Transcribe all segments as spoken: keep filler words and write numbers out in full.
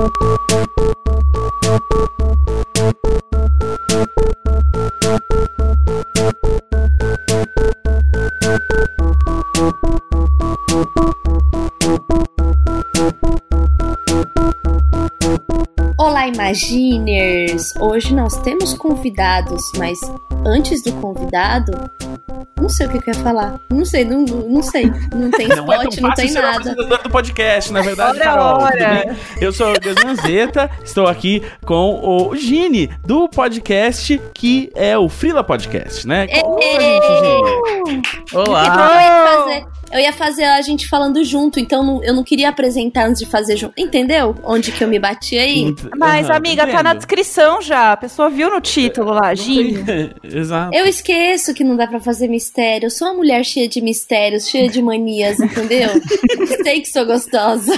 Olá, Imaginers! Hoje nós temos convidados, mas antes do convidado, não sei o que eu ia falar. Não sei, não, não sei. Não tem spot, não, é tão não tem nada. Eu sou apresentador do podcast, na verdade, ora, Carol. ora. Eu sou o Gazanzeta, estou aqui com o Gini, do podcast que é o Frila Podcast, né? Conta pra gente, Gini. Olá! Eu ia, fazer, eu ia fazer a gente falando junto, então não, eu não queria apresentar antes de fazer junto. Entendeu? Onde que eu me bati aí? Mas, uhum, amiga, entendo. Tá na descrição já. A pessoa viu no título lá, Gini. Exato. Eu esqueço que não dá pra fazer mistério. Eu sou uma mulher cheia de mistérios, cheia de manias, entendeu? Sei que sou gostosa.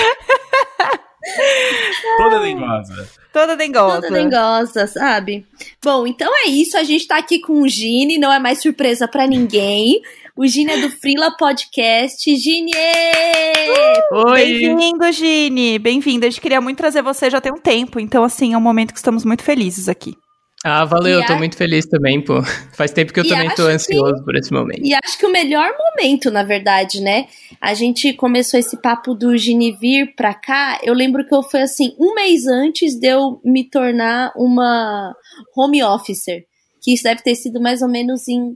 Toda dengosa. Toda dengosa. Toda dengosa, sabe? Bom, então é isso. A gente tá aqui com o Gini. Não é mais surpresa pra ninguém. O Gini é do Frila Podcast. Gini! Uh! Oi! Bem-vindo, Gini! Bem-vindo. A gente queria muito trazer você já tem um tempo. Então, assim, é um momento que estamos muito felizes aqui. Ah, valeu, e tô a... muito feliz também, pô. Faz tempo que eu e também tô ansioso que... por esse momento. E acho que o melhor momento, na verdade, né? A gente começou esse papo do Gini vir pra cá, eu lembro que eu fui assim, um mês antes de eu me tornar uma home officer, que isso deve ter sido mais ou menos em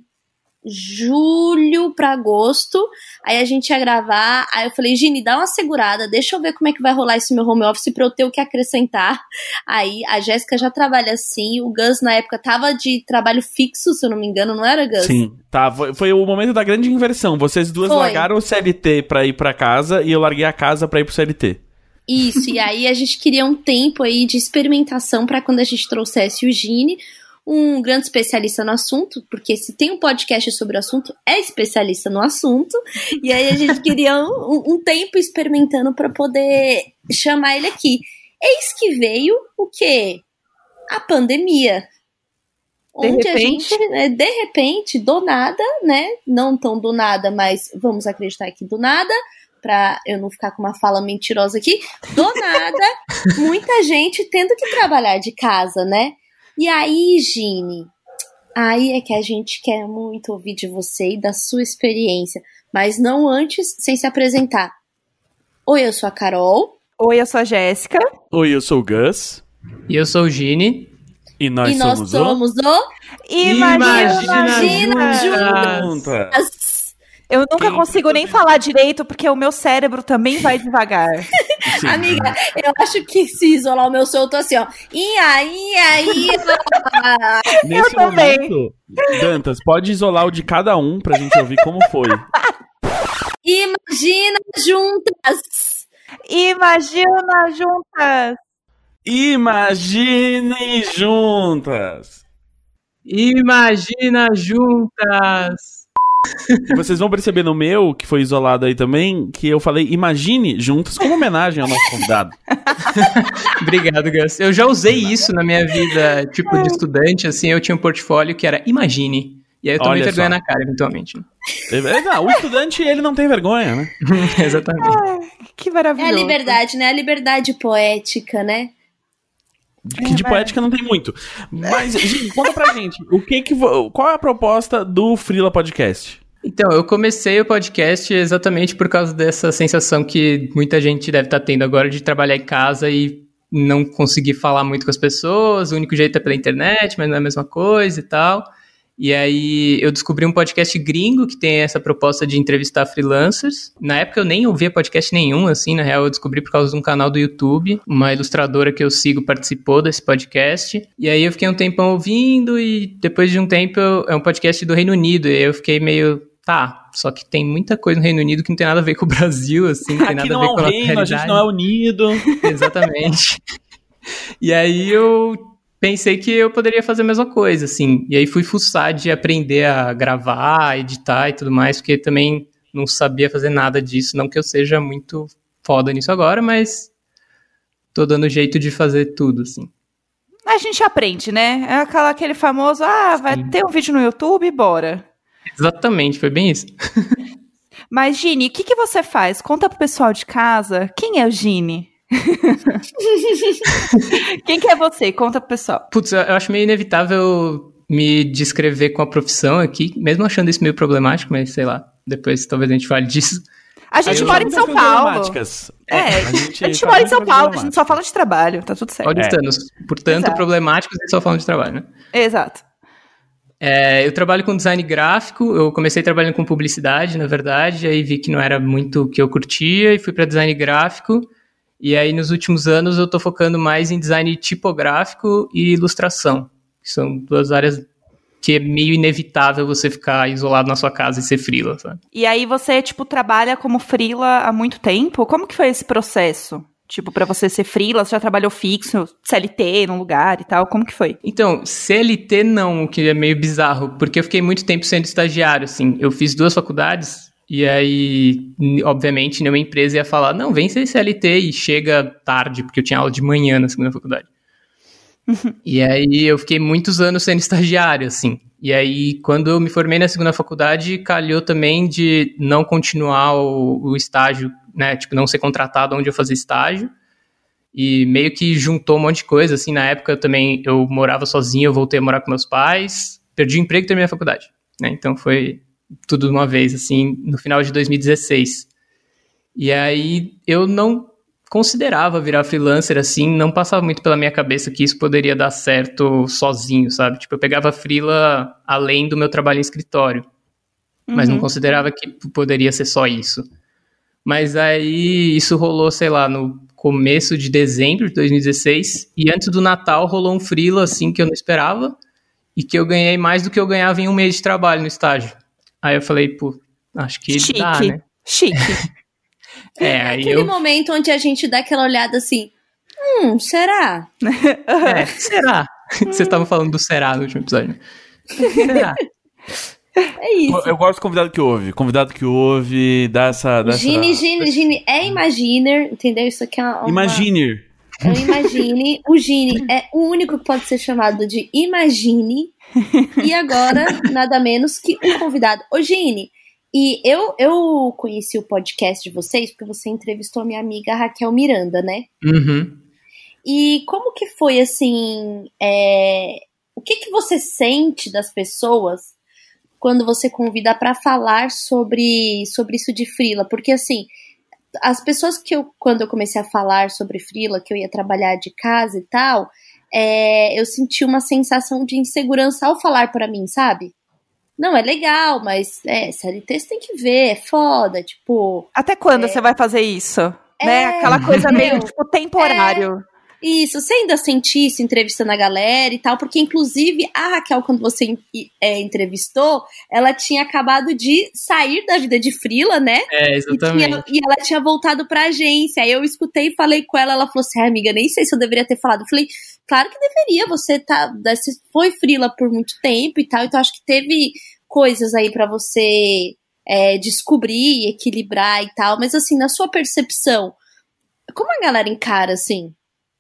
julho pra agosto, aí a gente ia gravar, aí eu falei, Gini, dá uma segurada, deixa eu ver como é que vai rolar esse meu home office pra eu ter o que acrescentar. Aí a Jéssica já trabalha assim, o Gus na época tava de trabalho fixo, se eu não me engano, não era, Gus? Sim, tá, foi, foi o momento da grande inversão, vocês duas foi. largaram o C L T pra ir pra casa e eu larguei a casa pra ir pro C L T. Isso, e aí a gente queria um tempo aí de experimentação pra quando a gente trouxesse o Gini, um grande especialista no assunto, porque se tem um podcast sobre o assunto, é especialista no assunto, e aí a gente queria um, um tempo experimentando para poder chamar ele aqui. Eis que veio o quê? A pandemia. De Onde repente? a gente, né, de repente, do nada, né, não tão do nada, mas vamos acreditar que do nada, pra eu não ficar com uma fala mentirosa aqui, do nada, muita gente tendo que trabalhar de casa, né? E aí, Gini, aí é que a gente quer muito ouvir de você e da sua experiência, mas não antes, sem se apresentar. Oi, eu sou a Carol. Oi, eu sou a Jéssica. Oi, eu sou o Gus. E eu sou o Gini. E nós, e nós somos, somos o... o... Imagina, Imagina Juntas. Juntas. Eu nunca Quem consigo nem falar direito, porque o meu cérebro também vai devagar. Sim. Amiga, eu acho que se isolar o meu som, eu tô assim, ó. E aí, aí. Nesse eu momento, Dantas, pode isolar o de cada um pra gente ouvir como foi. Imagina juntas. Imagina juntas. Imaginem juntas. Imagina juntas. Vocês vão perceber no meu, que foi isolado aí também, que eu falei imagine juntas como homenagem ao nosso convidado. Obrigado, Gus. Eu já usei isso na minha vida, tipo, de estudante, assim, eu tinha um portfólio que era imagine. E aí eu tomei vergonha na cara, eventualmente. É, não, o estudante, ele não tem vergonha, né? Exatamente. Ah, que maravilhoso. É a liberdade, né? A liberdade poética, né? Que de poética não tem muito. Mas, gente, conta pra gente, o que que, qual é a proposta do Frila Podcast? Então, eu comecei o podcast exatamente por causa dessa sensação que muita gente deve estar tendo agora de trabalhar em casa e não conseguir falar muito com as pessoas, o único jeito é pela internet, mas não é a mesma coisa e tal. E aí eu descobri um podcast gringo que tem essa proposta de entrevistar freelancers. Na época eu nem ouvia podcast nenhum, assim, na real eu descobri por causa de um canal do YouTube. Uma ilustradora que eu sigo participou desse podcast. E aí eu fiquei um tempão ouvindo e depois de um tempo eu, é um podcast do Reino Unido. E aí eu fiquei meio, tá, só que tem muita coisa no Reino Unido que não tem nada a ver com o Brasil, assim, não tem Aqui nada não a ver é com a reino, realidade. A gente não é unido. Exatamente. E aí eu pensei que eu poderia fazer a mesma coisa, assim. E aí fui fuçar de aprender a gravar, editar e tudo mais, porque também não sabia fazer nada disso. Não que eu seja muito foda nisso agora, mas tô dando jeito de fazer tudo, assim. A gente aprende, né? É aquela, aquele famoso, ah, vai Sim. ter um vídeo no YouTube, bora. Exatamente, foi bem isso. Mas, Gini, o que, que você faz? Conta pro pessoal de casa, quem é o Gini? Quem que é você? Conta pro pessoal. Putz, eu acho meio inevitável me descrever com a profissão aqui, mesmo achando isso meio problemático, mas sei lá, depois talvez a gente fale disso. A gente Aí mora em São Paulo. É, É, a gente, a gente mora em São Paulo, a gente só fala de trabalho, tá tudo certo. Paulistanos, é. portanto, Exato. problemáticos e só falam de trabalho, né? Exato. É, eu trabalho com design gráfico, eu comecei trabalhando com publicidade, na verdade, aí vi que não era muito o que eu curtia e fui para design gráfico, e aí nos últimos anos eu tô focando mais em design tipográfico e ilustração, que são duas áreas que é meio inevitável você ficar isolado na sua casa e ser freela, sabe? E aí você, tipo, trabalha como freela há muito tempo? Como que foi esse processo? Tipo, pra você ser freela, você já trabalhou fixo, C L T, num lugar e tal, como que foi? Então, C L T não, o que é meio bizarro, porque eu fiquei muito tempo sendo estagiário, assim. Eu fiz duas faculdades, e aí, obviamente, nenhuma empresa ia falar, não, vem ser C L T e chega tarde, porque eu tinha aula de manhã na segunda faculdade. E aí eu fiquei muitos anos sendo estagiário, assim. E aí, quando eu me formei na segunda faculdade, calhou também de não continuar o, o estágio, né? Tipo, não ser contratado onde eu fazia estágio. E meio que juntou um monte de coisa, assim. Na época eu também, eu morava sozinho, eu voltei a morar com meus pais. Perdi o emprego e terminei a faculdade, né? Então foi tudo de uma vez, assim, no final de dois mil e dezesseis. E aí eu não considerava virar freelancer, assim, não passava muito pela minha cabeça que isso poderia dar certo sozinho, sabe? Tipo, eu pegava freela além do meu trabalho em escritório, uhum. mas não considerava que poderia ser só isso. Mas aí isso rolou, sei lá, no começo de dezembro de dois mil e dezesseis, e antes do Natal rolou um freela, assim, que eu não esperava, e que eu ganhei mais do que eu ganhava em um mês de trabalho no estágio. Aí eu falei, pô, acho que Chique. dá, né? Chique. É, aí aquele eu... momento onde a gente dá aquela olhada assim, hum, será? É, será? Vocês estavam falando do será no último episódio. Será? É isso. Eu, eu gosto do convidado que ouve. Convidado que ouve, dá essa... Dá Gini, essa... Gini, Gini é Imaginer, entendeu? Isso aqui é uma... Imaginer. É um Imagine. O Gini é o único que pode ser chamado de Imagine. E agora, nada menos que um convidado. Ô, Gini, e eu, eu conheci o podcast de vocês porque você entrevistou a minha amiga Raquel Miranda, né? Uhum. E como que foi, assim, é... o que que você sente das pessoas quando você convida para falar sobre, sobre isso de freela? Porque, assim, as pessoas que eu, quando eu comecei a falar sobre freela, que eu ia trabalhar de casa e tal, é, eu senti uma sensação de insegurança ao falar para mim, sabe? Não, é legal, mas é, C L T você tem que ver, é foda, tipo... Até quando é... você vai fazer isso? É... Né? Aquela coisa meio, tipo, temporário. É... Isso, você ainda sente isso entrevistando a galera e tal, porque inclusive a Raquel, quando você é, entrevistou, ela tinha acabado de sair da vida de freela, né? É, exatamente. E, tinha, e ela tinha voltado pra agência, aí eu escutei e falei com ela, ela falou assim, ah, amiga, nem sei se eu deveria ter falado. Eu falei, claro que deveria, você, tá, você foi freela por muito tempo e tal, então acho que teve coisas aí pra você é, descobrir, equilibrar e tal, mas assim, na sua percepção, como a galera encara, assim?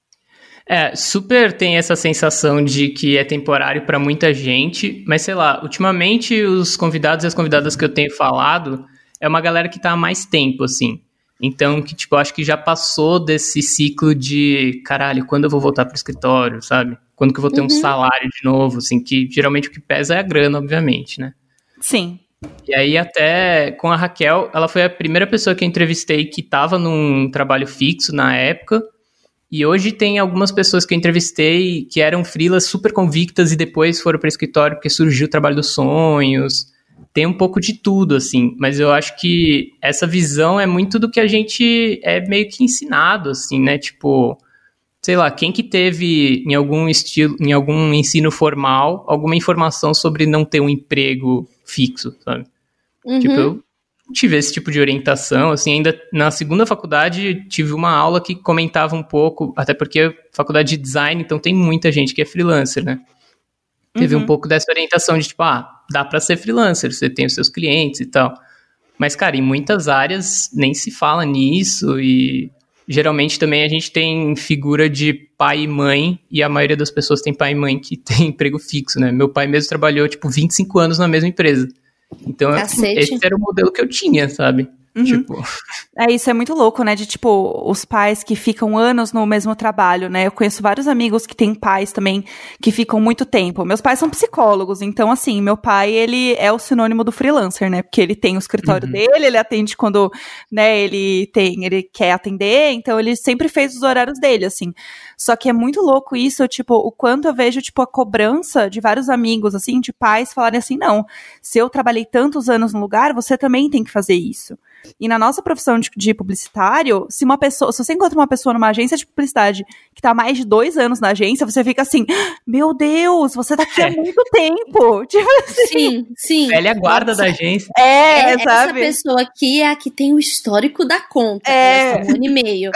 É, super tem essa sensação de que é temporário pra muita gente, mas sei lá, ultimamente os convidados e as convidadas que eu tenho falado é uma galera que tá há mais tempo, assim. Então, que tipo, acho que já passou desse ciclo de, caralho, quando eu vou voltar pro escritório, sabe? Quando que eu vou ter uhum. um salário de novo, assim, que geralmente o que pesa é a grana, obviamente, né? Sim. E aí até com a Raquel, ela foi a primeira pessoa que eu entrevistei que tava num trabalho fixo na época. E hoje tem algumas pessoas que eu entrevistei que eram freelas super convictas e depois foram para o escritório porque surgiu o trabalho dos sonhos. Tem um pouco de tudo, assim. Mas eu acho que essa visão é muito do que a gente é meio que ensinado, assim, né? Tipo, sei lá, quem que teve em algum estilo, em algum ensino formal, alguma informação sobre não ter um emprego fixo, sabe? Uhum. Tipo, eu tive esse tipo de orientação, assim, ainda na segunda faculdade tive uma aula que comentava um pouco, até porque é faculdade de design, então tem muita gente que é freelancer, né? Teve uhum. um pouco dessa orientação de tipo, ah, dá pra ser freelancer, você tem os seus clientes e tal. Mas, cara, em muitas áreas nem se fala nisso e geralmente também a gente tem figura de pai e mãe e a maioria das pessoas tem pai e mãe que tem emprego fixo, né? Meu pai mesmo trabalhou, tipo, vinte e cinco anos na mesma empresa. Então, Cacete. esse era o modelo que eu tinha, sabe? Uhum. Tipo... É, isso é muito louco, né? De, tipo, os pais que ficam anos no mesmo trabalho, né? Eu conheço vários amigos que têm pais também que ficam muito tempo. Meus pais são psicólogos, então, assim, meu pai, ele é o sinônimo do freelancer, né? Porque ele tem o escritório Uhum. dele, ele atende quando, né, ele tem, ele quer atender, então ele sempre fez os horários dele, assim. Só que é muito louco isso, tipo, o quanto eu vejo, tipo, a cobrança de vários amigos, assim, de pais falarem assim, não, se eu trabalhei tantos anos no lugar, você também tem que fazer isso. E na nossa profissão de, de publicitário, se uma pessoa, se você encontra uma pessoa numa agência de publicidade que tá há mais de dois anos na agência, você fica assim, meu Deus, você tá aqui É. há muito tempo. Tipo assim. Sim, sim. Velha guarda da agência. É, É, sabe? essa pessoa aqui é a que tem o histórico da conta. É. É. Um ano e meio.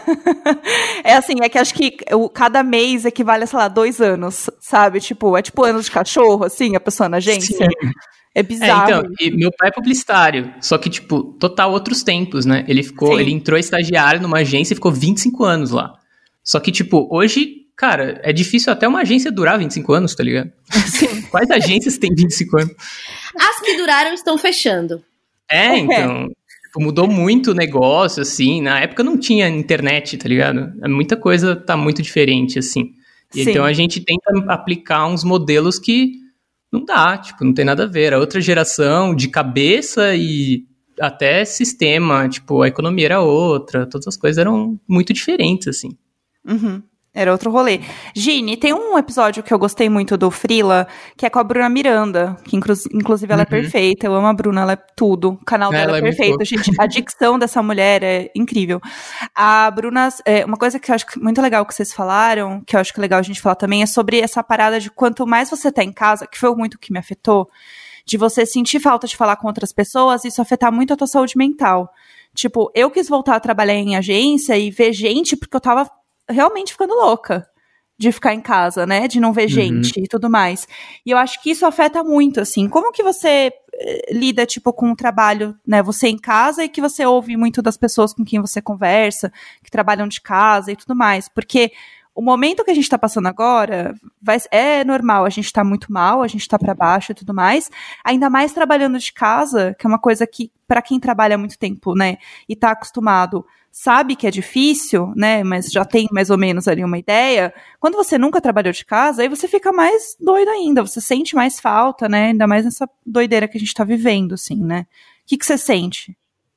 É assim, é que acho que o, cada mês equivale a, sei lá, dois anos, sabe? Tipo, é tipo anos de cachorro, assim, a pessoa na agência. Sim. É É, bizarro. então, e meu pai é publicitário, só que, tipo, total outros tempos, né? Ele ficou, Sim. ele entrou estagiário numa agência e ficou vinte e cinco anos lá. Só que, tipo, hoje, cara, é difícil até uma agência durar vinte e cinco anos, tá ligado? Sim. Quais agências têm vinte e cinco anos? As que duraram estão fechando. É, então, tipo, mudou muito o negócio, assim, na época não tinha internet, tá ligado? Muita coisa tá muito diferente, assim. E Sim. então a gente tenta aplicar uns modelos que não dá, tipo, não tem nada a ver. Era outra geração de cabeça e até sistema, tipo, a economia era outra, todas as coisas eram muito diferentes, assim. Uhum. Era outro rolê. Gini, tem um episódio que eu gostei muito do Frila, que é com a Bruna Miranda, que inclu- inclusive ela Uhum. é perfeita, eu amo a Bruna, ela é tudo, o canal dela Ela é é muito perfeito, boa. gente, a dicção dessa mulher é incrível. A Bruna, é, uma coisa que eu acho que muito legal que vocês falaram, que eu acho que é legal a gente falar também, é sobre essa parada de quanto mais você tá em casa, que foi muito o que me afetou, de você sentir falta de falar com outras pessoas, isso afetar muito a tua saúde mental. Tipo, eu quis voltar a trabalhar em agência e ver gente, porque eu tava realmente ficando louca de ficar em casa, né? De não ver Uhum. gente e tudo mais. E eu acho que isso afeta muito, assim. Como que você eh, lida, tipo, com o trabalho, né? Você em casa e que você ouve muito das pessoas com quem você conversa, que trabalham de casa e tudo mais. Porque o momento que a gente tá passando agora vai, é normal, a gente tá muito mal, a gente tá pra baixo e tudo mais. Ainda mais trabalhando de casa, que é uma coisa que, pra quem trabalha há muito tempo, né? E tá acostumado, sabe que é difícil, né, mas já tem mais ou menos ali uma ideia. Quando você nunca trabalhou de casa, aí você fica mais doido ainda, você sente mais falta, né, ainda mais nessa doideira que a gente tá vivendo, assim, né. O que que você sente?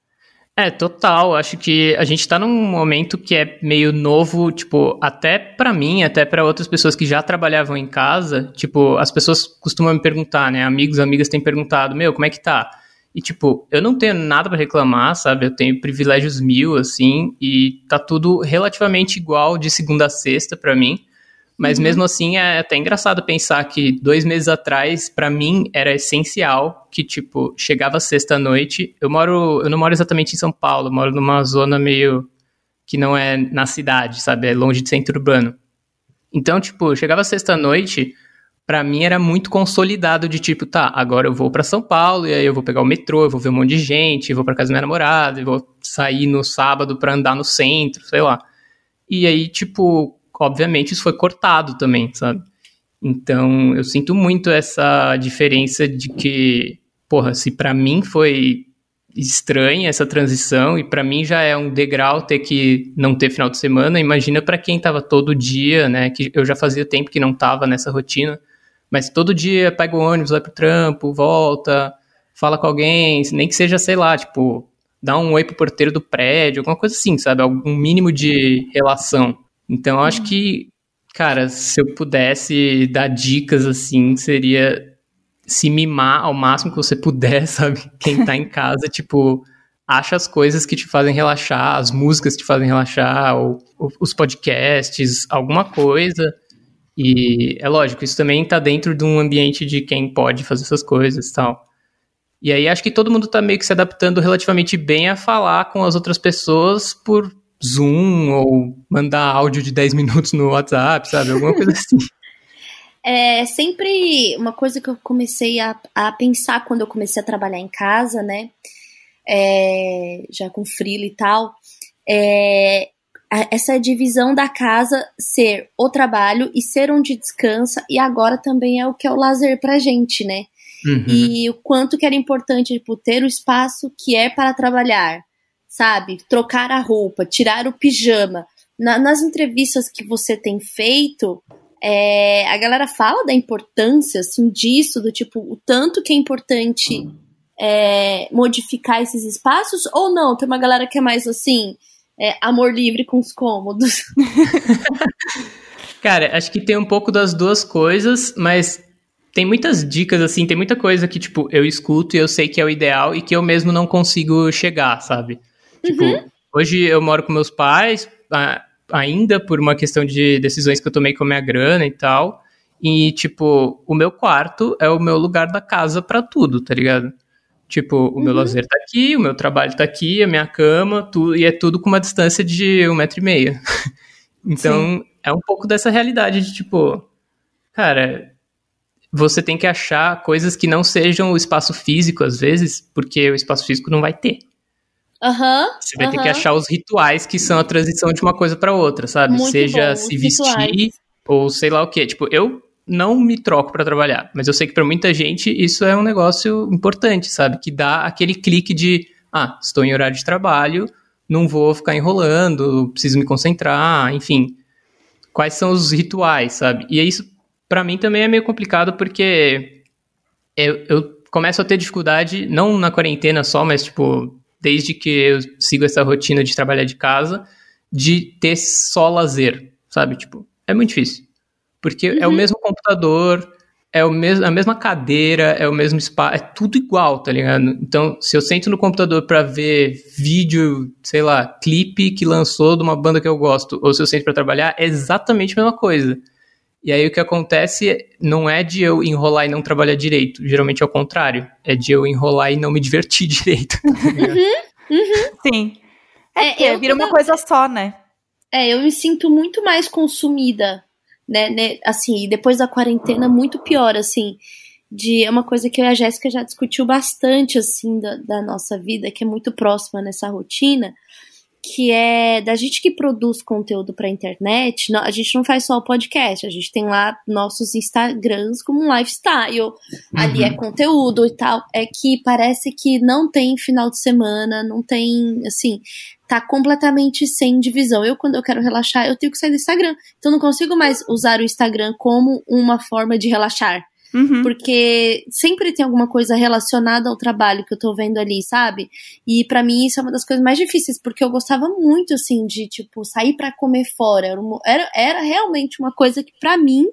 É, total, acho que a gente tá num momento que é meio novo, tipo, até pra mim, até pra outras pessoas que já trabalhavam em casa, tipo, as pessoas costumam me perguntar, né, amigos, amigas têm perguntado, meu, como é que tá? E, tipo, eu não tenho nada pra reclamar, sabe? Eu tenho privilégios mil, assim, e tá tudo relativamente igual de segunda a sexta pra mim. Mas, uhum. mesmo assim, é até engraçado pensar que dois meses atrás, pra mim, era essencial que, tipo, chegava sexta-noite. Eu moro, eu não moro exatamente em São Paulo, eu moro numa zona meio que não é na cidade, sabe? É longe de centro urbano. Então, tipo, chegava sexta-noite... Pra mim era muito consolidado de tipo, tá, agora eu vou pra São Paulo, e aí eu vou pegar o metrô, eu vou ver um monte de gente, eu vou pra casa da minha namorada, eu vou sair no sábado pra andar no centro, sei lá. E aí, tipo, obviamente isso foi cortado também, sabe? Então, eu sinto muito essa diferença de que, porra, se pra mim foi estranha essa transição, e pra mim já é um degrau ter que não ter final de semana, imagina pra quem tava todo dia, né, que eu já fazia tempo que não tava nessa rotina. Mas todo dia pega o ônibus, vai pro trampo, volta, fala com alguém, nem que seja, sei lá, tipo, dá um oi pro porteiro do prédio, alguma coisa assim, sabe? Algum mínimo de relação. Então, eu acho que, cara, se eu pudesse dar dicas, assim, seria se mimar ao máximo que você puder, sabe? Quem tá em casa, tipo, acha as coisas que te fazem relaxar, as músicas que te fazem relaxar, ou, ou os podcasts, alguma coisa... E é lógico, isso também tá dentro de um ambiente de quem pode fazer essas coisas e tal. E aí acho que todo mundo tá meio que se adaptando relativamente bem a falar com as outras pessoas por Zoom ou mandar áudio de dez minutos no WhatsApp, sabe? Alguma coisa assim. É sempre uma coisa que eu comecei a, a pensar quando eu comecei a trabalhar em casa, né? É, já com freela e tal. É... essa divisão da casa ser o trabalho e ser onde descansa, e agora também é o que é o lazer pra gente, né? Uhum. E o quanto que era importante, tipo, ter o espaço que é para trabalhar, sabe? Trocar a roupa, tirar o pijama. Na, nas entrevistas que você tem feito, é, a galera fala da importância, assim, disso, do tipo, o tanto que é importante é, modificar esses espaços, ou não? Tem uma galera que é mais, assim, é, amor livre com os cômodos. Cara, acho que tem um pouco das duas coisas, mas tem muitas dicas, assim, tem muita coisa que, tipo, eu escuto e eu sei que é o ideal e que eu mesmo não consigo chegar, sabe? Tipo, Uhum. hoje eu moro com meus pais, a, ainda por uma questão de decisões que eu tomei com a minha grana e tal, e, tipo, o meu quarto é o meu lugar da casa pra tudo, tá ligado? Tipo, o meu Uhum. lazer tá aqui, o meu trabalho tá aqui, a minha cama, tu, e é tudo com uma distância de um metro e meio. Então, é um pouco dessa realidade de, tipo, cara, você tem que achar coisas que não sejam o espaço físico, às vezes, porque o espaço físico não vai ter. Aham. Você vai aham. ter que achar os rituais que são a transição de uma coisa pra outra, sabe? Muito Seja bom, se os vestir rituais. ou sei lá o quê. Tipo, eu não me troco pra trabalhar, mas eu sei que pra muita gente isso é um negócio importante, sabe? Que dá aquele clique de, ah, estou em horário de trabalho, não vou ficar enrolando, preciso me concentrar, enfim. Quais são os rituais, sabe? E isso, pra mim, também é meio complicado, porque eu, eu começo a ter dificuldade, não na quarentena só, mas, tipo, desde que eu sigo essa rotina de trabalhar de casa, de ter só lazer, sabe? Tipo, é muito difícil. Porque uhum. é o mesmo computador, é o mes- a mesma cadeira, é o mesmo espaço, é tudo igual, tá ligado? Então, se eu sento no computador pra ver vídeo, sei lá, clipe que lançou de uma banda que eu gosto, ou se eu sento pra trabalhar, é exatamente a mesma coisa. E aí o que acontece não é de eu enrolar e não trabalhar direito, geralmente é o contrário, é de eu enrolar e não me divertir direito. Uhum, uhum. Sim. É, É, porque eu vira toda- uma coisa só, né? É, eu me sinto muito mais consumida, né, né, assim, e depois da quarentena, muito pior, assim, de, é uma coisa que eu e a Jéssica já discutiu bastante, assim, da, da nossa vida, que é muito próxima nessa rotina, que é da gente que produz conteúdo pra internet, não, a gente não faz só o podcast, a gente tem lá nossos Instagrams como um lifestyle, uhum. ali é conteúdo e tal, é que parece que não tem final de semana, não tem, assim, tá completamente sem divisão. Eu, quando eu quero relaxar, eu tenho que sair do Instagram, então não consigo mais usar o Instagram como uma forma de relaxar. Uhum. Porque sempre tem alguma coisa relacionada ao trabalho que eu tô vendo ali, sabe? E pra mim isso é uma das coisas mais difíceis, porque eu gostava muito, assim, de, tipo, sair pra comer fora. Era, era realmente uma coisa que pra mim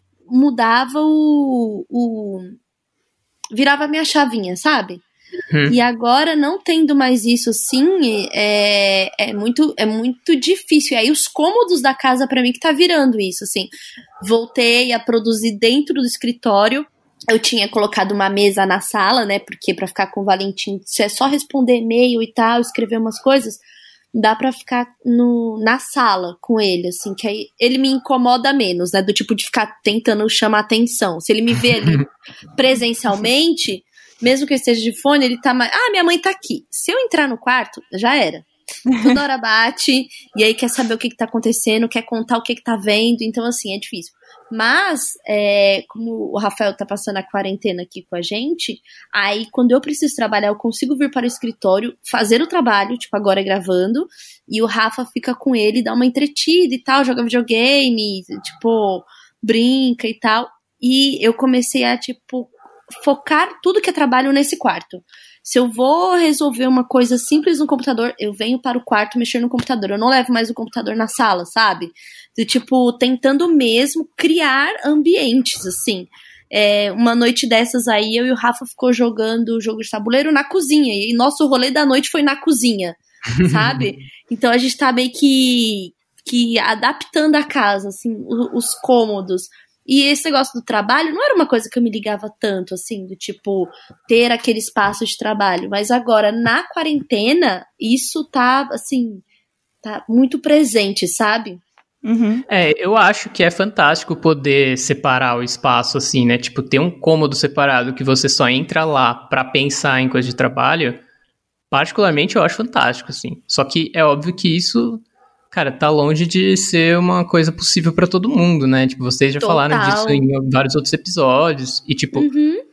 mudava o... o virava a minha chavinha, sabe? Uhum. E agora, não tendo mais isso, assim, é, é, muito, é muito difícil. E aí os cômodos da casa, pra mim, que tá virando isso, assim. Voltei a produzir dentro do escritório. Eu tinha colocado uma mesa na sala, né, porque pra ficar com o Valentim, se é só responder e-mail e tal, escrever umas coisas, dá pra ficar no, na sala com ele, assim, que aí ele me incomoda menos, né, do tipo de ficar tentando chamar atenção. Se ele me vê ali presencialmente... Mesmo que eu esteja de fone, ele tá mais... Ah, minha mãe tá aqui. Se eu entrar no quarto, já era. Toda hora bate, e aí quer saber o que que tá acontecendo, quer contar o que que tá vendo, então assim, é difícil. Mas, é, como o Rafael tá passando a quarentena aqui com a gente, aí quando eu preciso trabalhar, eu consigo vir para o escritório, fazer o trabalho, tipo, agora gravando, e o Rafa fica com ele, dá uma entretida e tal, joga videogame, tipo, brinca e tal. E eu comecei a, tipo... focar tudo que é trabalho nesse quarto. Se eu vou resolver uma coisa simples no computador, eu venho para o quarto mexer no computador. Eu não levo mais o computador na sala, sabe? De, tipo, tentando mesmo criar ambientes, assim. É, uma noite dessas aí, eu e o Rafa ficou jogando o jogo de tabuleiro na cozinha. E nosso rolê da noite foi na cozinha, sabe? Então a gente tá meio que, que adaptando a casa, assim, os, os cômodos. E esse negócio do trabalho não era uma coisa que eu me ligava tanto, assim, do tipo, ter aquele espaço de trabalho. Mas agora, na quarentena, isso tá, assim, tá muito presente, sabe? Uhum. É, eu acho que é fantástico poder separar o espaço, assim, né? Tipo, ter um cômodo separado que você só entra lá pra pensar em coisa de trabalho. Particularmente, eu acho fantástico, assim. Só que é óbvio que isso... Cara, tá longe de ser uma coisa possível pra todo mundo, né? Tipo, vocês já Total. falaram disso em vários outros episódios. E, tipo, uhum.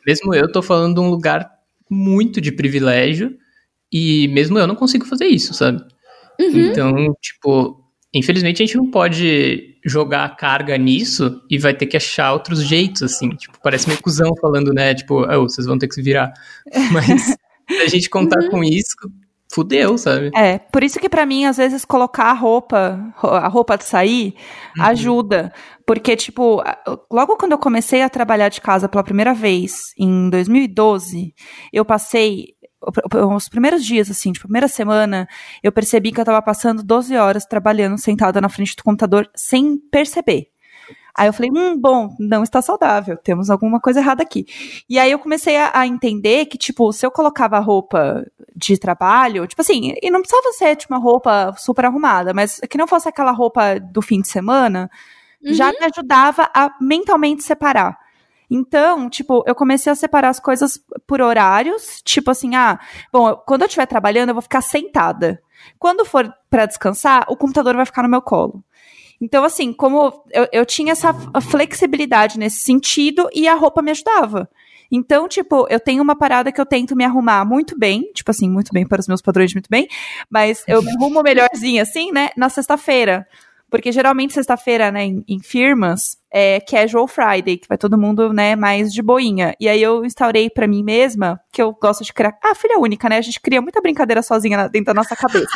mesmo eu tô falando de um lugar muito de privilégio e mesmo eu não consigo fazer isso, sabe? Uhum. Então, tipo, infelizmente a gente não pode jogar a carga nisso e vai ter que achar outros jeitos, assim. Tipo, parece meio cuzão falando, né? Tipo, oh, vocês vão ter que se virar. Mas se a gente contar uhum. com isso, fudeu, sabe? É, por isso que pra mim, às vezes, colocar a roupa, a roupa de sair, uhum. ajuda. Porque, tipo, logo quando eu comecei a trabalhar de casa pela primeira vez, em dois mil e doze, eu passei... Os primeiros dias, assim, de primeira semana, eu percebi que eu tava passando doze horas trabalhando sentada na frente do computador sem perceber. Aí eu falei, hum, bom, não está saudável, temos alguma coisa errada aqui. E aí eu comecei a, a entender que, tipo, se eu colocava roupa de trabalho, tipo assim, e não precisava ser tipo, uma roupa super arrumada, mas que não fosse aquela roupa do fim de semana, uhum. já me ajudava a mentalmente separar. Então, tipo, eu comecei a separar as coisas por horários, tipo assim, ah, bom, quando eu estiver trabalhando, eu vou ficar sentada. Quando for pra descansar, o computador vai ficar no meu colo. Então, assim, como eu, eu tinha essa flexibilidade nesse sentido e a roupa me ajudava. Então, tipo, eu tenho uma parada que eu tento me arrumar muito bem, tipo assim, muito bem para os meus padrões, muito bem, mas eu me arrumo melhorzinho assim, né, na sexta-feira. Porque geralmente sexta-feira, né, em, em firmas, é casual Friday, que vai todo mundo, né, mais de boinha. E aí eu instaurei pra mim mesma, que eu gosto de criar... Ah, filha única, né? A gente cria muita brincadeira sozinha dentro da nossa cabeça.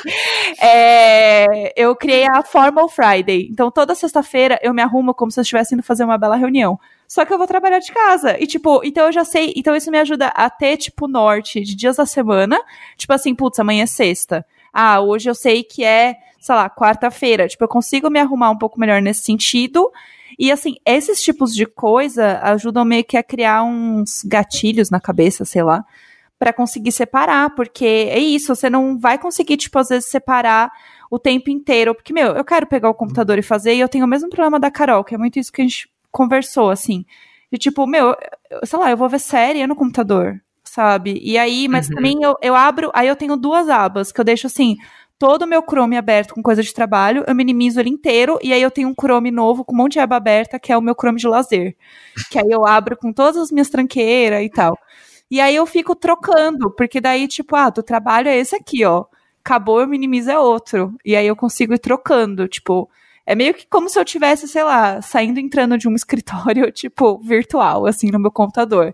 é, eu criei a Formal Friday. Então toda sexta-feira eu me arrumo como se eu estivesse indo fazer uma bela reunião. Só que eu vou trabalhar de casa. E, tipo, então eu já sei... Então isso me ajuda a ter, tipo, norte de dias da semana. Tipo assim, putz, amanhã é sexta. Ah, hoje eu sei que é... sei lá, quarta-feira, tipo, eu consigo me arrumar um pouco melhor nesse sentido, e assim, esses tipos de coisa ajudam meio que a criar uns gatilhos na cabeça, sei lá, pra conseguir separar, porque é isso, você não vai conseguir, tipo, às vezes separar o tempo inteiro, porque, meu, eu quero pegar o computador e fazer, e eu tenho o mesmo problema da Carol, que é muito isso que a gente conversou, assim, de tipo, meu, eu, sei lá, eu vou ver série no computador, sabe, e aí, mas uhum. também eu, eu abro, aí eu tenho duas abas, que eu deixo assim, todo o meu Chrome aberto com coisa de trabalho, eu minimizo ele inteiro, e aí eu tenho um Chrome novo com um monte de aba aberta, que é o meu Chrome de lazer. Que aí eu abro com todas as minhas tranqueiras e tal. E aí eu fico trocando, porque daí, tipo, ah, do trabalho é esse aqui, ó. Acabou, eu minimizo é outro. E aí eu consigo ir trocando, tipo... É meio que como se eu tivesse, sei lá, saindo e entrando de um escritório, tipo, virtual, assim, no meu computador.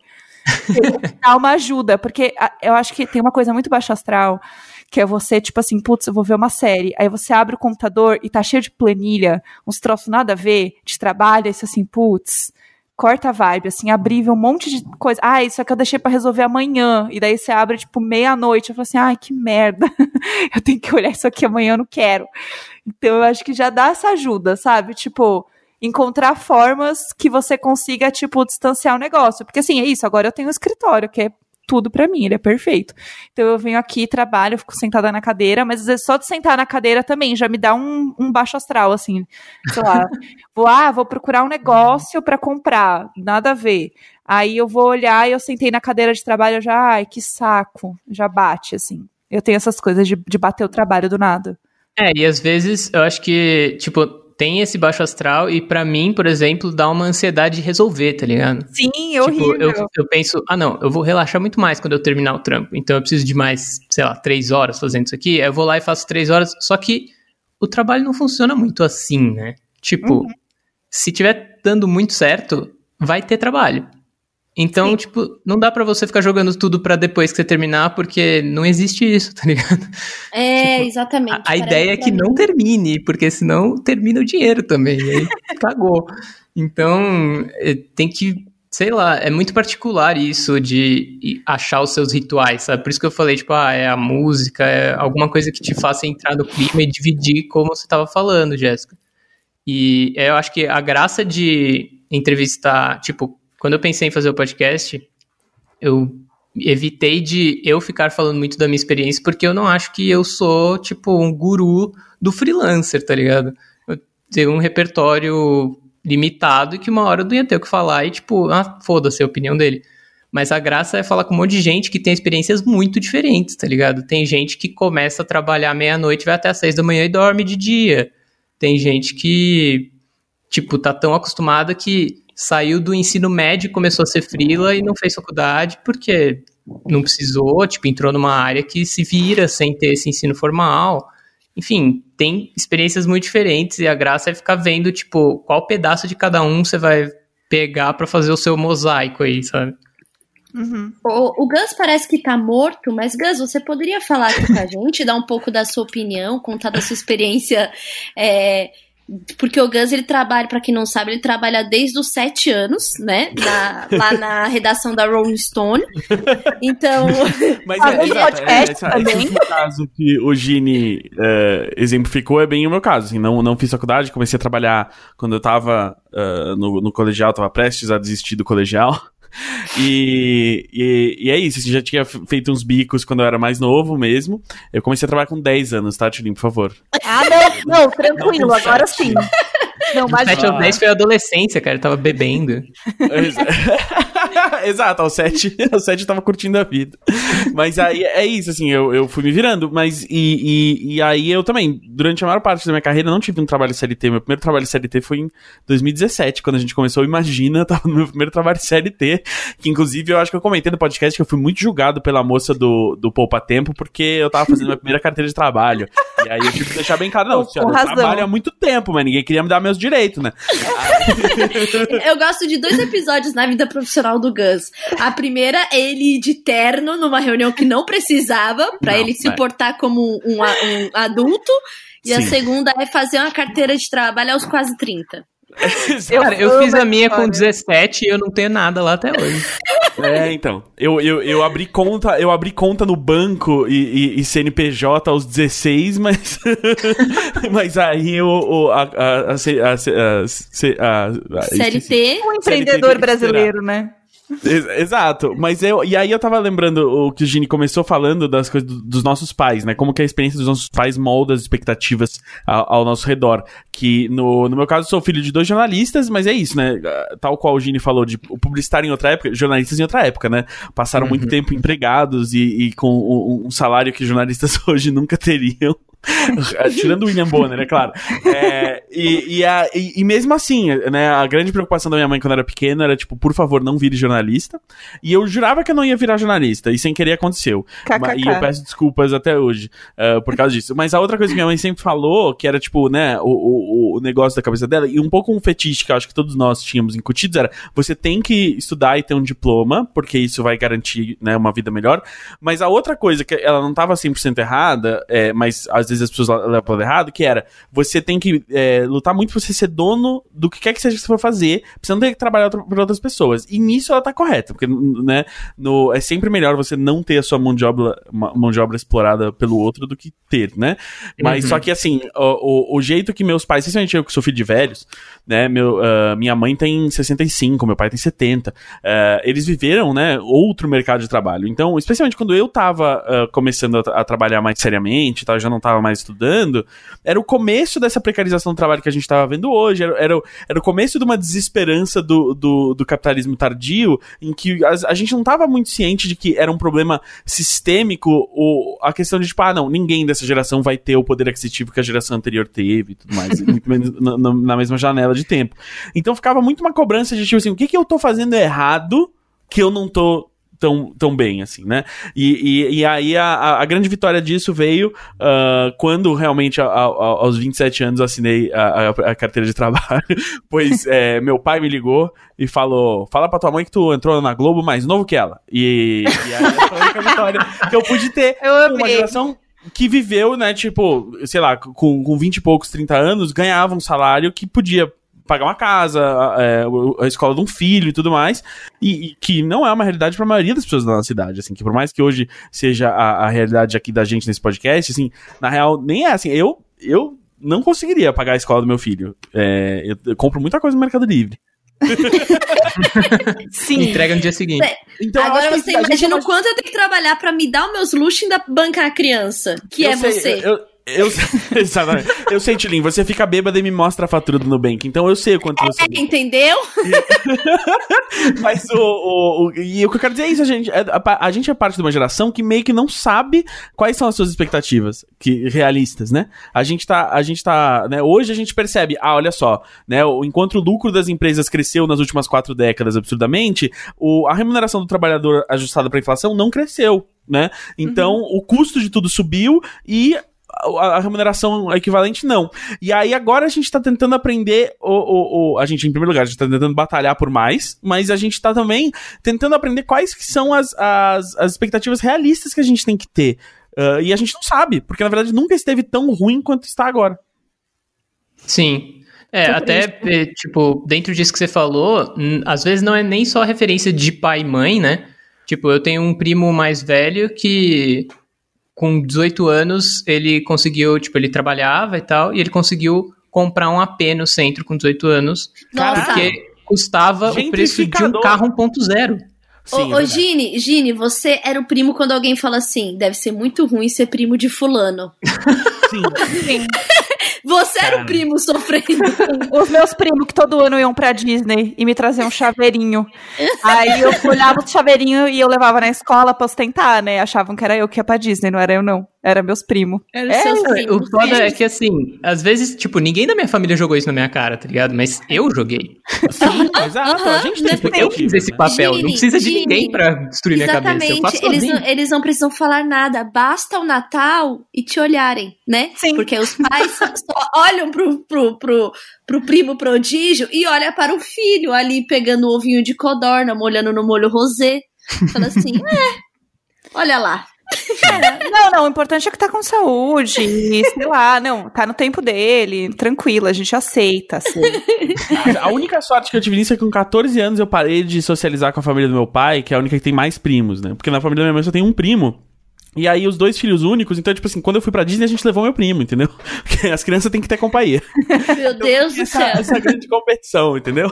Dá uma ajuda, porque eu acho que tem uma coisa muito baixa astral, que é você, tipo assim, putz, eu vou ver uma série, aí você abre o computador e tá cheio de planilha, uns troços nada a ver, de trabalho, aí você assim, putz, corta a vibe, assim, abrir, ver um monte de coisa, ah, isso aqui eu deixei pra resolver amanhã, e daí você abre, tipo, meia-noite, eu falo assim, ai, que merda, eu tenho que olhar isso aqui amanhã, eu não quero. Então eu acho que já dá essa ajuda, sabe, tipo... encontrar formas que você consiga, tipo, distanciar o negócio. Porque, assim, é isso. Agora eu tenho um escritório, que é tudo pra mim, ele é perfeito. Então eu venho aqui, trabalho, fico sentada na cadeira, mas às vezes só de sentar na cadeira também já me dá um, um baixo astral, assim. Sei lá, vou, ah, vou procurar um negócio pra comprar, nada a ver. Aí eu vou olhar e eu sentei na cadeira de trabalho, eu já, ai, que saco, já bate, assim. Eu tenho essas coisas de, de bater o trabalho do nada. É, e às vezes eu acho que, tipo... tem esse baixo astral e pra mim, por exemplo, dá uma ansiedade de resolver, tá ligado? Sim, é horrível. Tipo, eu, eu penso, ah não, eu vou relaxar muito mais quando eu terminar o trampo, então eu preciso de mais, sei lá, três horas fazendo isso aqui, aí eu vou lá e faço três horas, só que o trabalho não funciona muito assim, né? Tipo, uhum. se tiver dando muito certo, vai ter trabalho. Então, Sim. tipo, não dá pra você ficar jogando tudo pra depois que você terminar, porque não existe isso, tá ligado? É, tipo, exatamente. A, a ideia é que mim. não termine, porque senão termina o dinheiro também, e aí cagou. Então, tem que, sei lá, é muito particular isso de achar os seus rituais, sabe? Por isso que eu falei, tipo, ah, é a música, é alguma coisa que te faça entrar no clima e dividir, como você tava falando, Jéssica. E eu acho que a graça de entrevistar, tipo, quando eu pensei em fazer o podcast, eu evitei de eu ficar falando muito da minha experiência, porque eu não acho que eu sou, tipo, um guru do freelancer, tá ligado? Eu tenho um repertório limitado e que uma hora eu não ia ter o que falar e, tipo, ah, foda-se a opinião dele. Mas a graça é falar com um monte de gente que tem experiências muito diferentes, tá ligado? Tem gente que começa a trabalhar meia-noite, vai até às seis da manhã e dorme de dia. Tem gente que, tipo, tá tão acostumada que... saiu do ensino médio, começou a ser freela e não fez faculdade porque não precisou, tipo, entrou numa área que se vira sem ter esse ensino formal. Enfim, tem experiências muito diferentes e a graça é ficar vendo, tipo, qual pedaço de cada um você vai pegar pra fazer o seu mosaico aí, sabe? Uhum. O, o Gus parece que tá morto, mas Gus, você poderia falar aqui com a gente, dar um pouco da sua opinião, contar da sua experiência, é, porque o Gus, ele trabalha, pra quem não sabe, ele trabalha desde os sete anos, né, na, lá na redação da Rolling Stone, então... Mas é, é, exato, é, esse, esse caso que o Gini é, exemplificou é bem o meu caso, assim, não, não fiz faculdade, comecei a trabalhar quando eu tava uh, no, no colegial, tava prestes a desistir do colegial. E, e, e é isso, assim, já tinha feito uns bicos quando eu era mais novo mesmo. Eu comecei a trabalhar com dez anos, tá, Tulinho, por favor. Ah, não, não, tranquilo, não, agora sim. Não, mas sete aos dez foi a adolescência, cara, eu tava bebendo. Exato, aos sete, aos sete eu tava curtindo a vida. Mas aí é isso, assim, eu, eu fui me virando, mas e, e, e aí eu também, durante a maior parte da minha carreira, não tive um trabalho C L T. Meu primeiro trabalho C L T foi em dois mil e dezessete, quando a gente começou, Imagina, eu tava no meu primeiro trabalho C L T, que inclusive eu acho que eu comentei no podcast que eu fui muito julgado pela moça do, do Poupa Tempo, porque eu tava fazendo minha primeira carteira de trabalho. E aí eu tive que deixar bem claro, não, senhora, eu trabalho há muito tempo, mas ninguém queria me dar meus direitos, né? Eu gosto de dois episódios na vida profissional do Gus. A primeira é ele de terno numa reunião que não precisava, pra não, ele se é. portar como um, um adulto. E Sim. a segunda é fazer uma carteira de trabalho aos quase trinta. Eu, Cara, eu fiz a minha com dezessete e eu não tenho nada lá até hoje. É, então. Eu, eu, eu abri conta, eu abri conta no banco e, e, e C N P J aos dezesseis, mas. Mas aí eu, o, a, a, a, a, a, a, a C L T. Um empreendedor brasileiro, né? Exato, mas eu, e aí eu tava lembrando o que o Gini começou falando das coisas do, dos nossos pais, né, como que a experiência dos nossos pais molda as expectativas ao, ao nosso redor, que no, no meu caso eu sou filho de dois jornalistas, mas é isso, né, tal qual o Gini falou, de o publicitário em outra época, jornalistas em outra época, né, passaram uhum. muito tempo empregados e, e com um, um salário que jornalistas hoje nunca teriam. Tirando o William Bonner, é claro. É, e, e, a, e, e mesmo assim, né, a grande preocupação da minha mãe quando eu era pequena era tipo, por favor, não vire jornalista. E eu jurava que eu não ia virar jornalista, e sem querer aconteceu. K K K. E eu peço desculpas até hoje uh, por causa disso. Mas a outra coisa que minha mãe sempre falou, que era tipo, né, o, o, o negócio da cabeça dela, e um pouco um fetiche que eu acho que todos nós tínhamos incutidos, era, você tem que estudar e ter um diploma, porque isso vai garantir, né, uma vida melhor. Mas a outra coisa, que ela não estava cem por cento errada, é, mas às vezes as pessoas levam para o errado, que era, você tem que é, lutar muito pra você ser dono do que quer que seja que você for fazer, pra você não ter que trabalhar para outras pessoas. E nisso ela tá correta, porque, né, no, é sempre melhor você não ter a sua mão de obra, mão de obra explorada pelo outro do que ter, né? Mas uhum. só que, assim, o, o, o jeito que meus pais, especialmente eu que sou filho de velhos, né, meu, uh, minha mãe tem sessenta e cinco, meu pai tem setenta, uh, eles viveram, né, outro mercado de trabalho. Então, especialmente quando eu tava uh, começando a, a trabalhar mais seriamente, tá, eu já não tava mais estudando, era o começo dessa precarização do trabalho que a gente estava vendo hoje, era, era, era o começo de uma desesperança do, do, do capitalismo tardio, em que a, a gente não estava muito ciente de que era um problema sistêmico, ou a questão de, tipo, ah, não, ninguém dessa geração vai ter o poder aquisitivo que a geração anterior teve e tudo mais, muito menos na, na, na mesma janela de tempo. Então ficava muito uma cobrança de, tipo assim, o que, que eu tô fazendo errado que eu não tô tão, tão bem, assim, né? E, e, e aí a, a grande vitória disso veio uh, quando realmente a, a, aos vinte e sete anos eu assinei a, a, a carteira de trabalho, pois é, meu pai me ligou e falou, fala pra tua mãe que tu entrou na Globo mais novo que ela. E, e aí essa foi a única vitória que eu pude ter. Eu uma geração que viveu, né, tipo, sei lá, com, com vinte e poucos, trinta anos, ganhava um salário que podia pagar uma casa, a, a, a escola de um filho e tudo mais, e, e que não é uma realidade para a maioria das pessoas da nossa cidade, assim, que por mais que hoje seja a, a realidade aqui da gente nesse podcast, assim, na real, nem é assim, eu, eu não conseguiria pagar a escola do meu filho, é, eu, eu compro muita coisa no Mercado Livre. Sim. Entrega no dia seguinte. Então, agora você imagina o quanto eu tenho que trabalhar pra me dar os meus luxos e ainda bancar a criança, que eu é sei, você. Eu, Eu, exatamente. Eu sei, Tilin, você fica bêbada e me mostra a fatura do Nubank, então eu sei o quanto você... É, entendeu? Mas o, o, o... E o que eu quero dizer é isso, a gente, a, a gente é parte de uma geração que meio que não sabe quais são as suas expectativas que, realistas, né? A gente tá... A gente tá né, hoje a gente percebe, ah, olha só, né? Enquanto o lucro das empresas cresceu nas últimas quatro décadas absurdamente, o, a remuneração do trabalhador ajustada para a inflação não cresceu, né? Então, uhum. o custo de tudo subiu e... a remuneração equivalente não. E aí agora a gente tá tentando aprender o, o, o, a gente, em primeiro lugar, a gente tá tentando batalhar por mais, mas a gente tá também tentando aprender quais que são as, as, as expectativas realistas que a gente tem que ter. Uh, e a gente não sabe, porque na verdade nunca esteve tão ruim quanto está agora. Sim. É, até, é, tipo, dentro disso que você falou, n- às vezes não é nem só referência de pai e mãe, né? Tipo, eu tenho um primo mais velho que... com dezoito anos, ele conseguiu, tipo, ele trabalhava e tal, e ele conseguiu comprar um A P no centro com dezoito anos, Nossa. porque custava o preço de um carro um ponto zero. Sim, ô, ô Gini, Gini, você era o primo quando alguém fala assim, deve ser muito ruim ser primo de fulano. Sim. Sim. Você Cara. Era o primo sofrendo. Os meus primos que todo ano iam pra Disney e me traziam um chaveirinho. Aí eu olhava o chaveirinho e eu levava na escola pra ostentar, né? Achavam que era eu que ia pra Disney, não era eu não. Era meus primos. Era é, seus primos. O foda é que assim, às vezes, tipo, ninguém da minha família jogou isso na minha cara, tá ligado? Mas eu joguei. Sim, exato. Uh-huh. A gente tem tipo, eu fiz esse papel. Gini, não precisa Gini, de ninguém pra destruir exatamente. minha cabeça. Eu faço eles, sozinho. não, eles não precisam falar nada. Basta o Natal e te olharem, né? Sim. Porque os pais só, só olham pro, pro, pro, pro primo prodígio e olham para o filho ali pegando o ovinho de codorna, molhando no molho rosé. Fala assim, é, olha lá. É, não, não, o importante é que tá com saúde, e, sei lá, não, tá no tempo dele, tranquilo, a gente aceita, assim. A única sorte que eu tive nisso é que com catorze anos eu parei de socializar com a família do meu pai, que é a única que tem mais primos, né? Porque na família da minha mãe só tem um primo. E aí os dois filhos únicos, então, tipo assim, quando eu fui pra Disney, a gente levou meu primo, entendeu? Porque as crianças têm que ter companhia. Meu Deus do essa, céu. Essa grande competição, entendeu?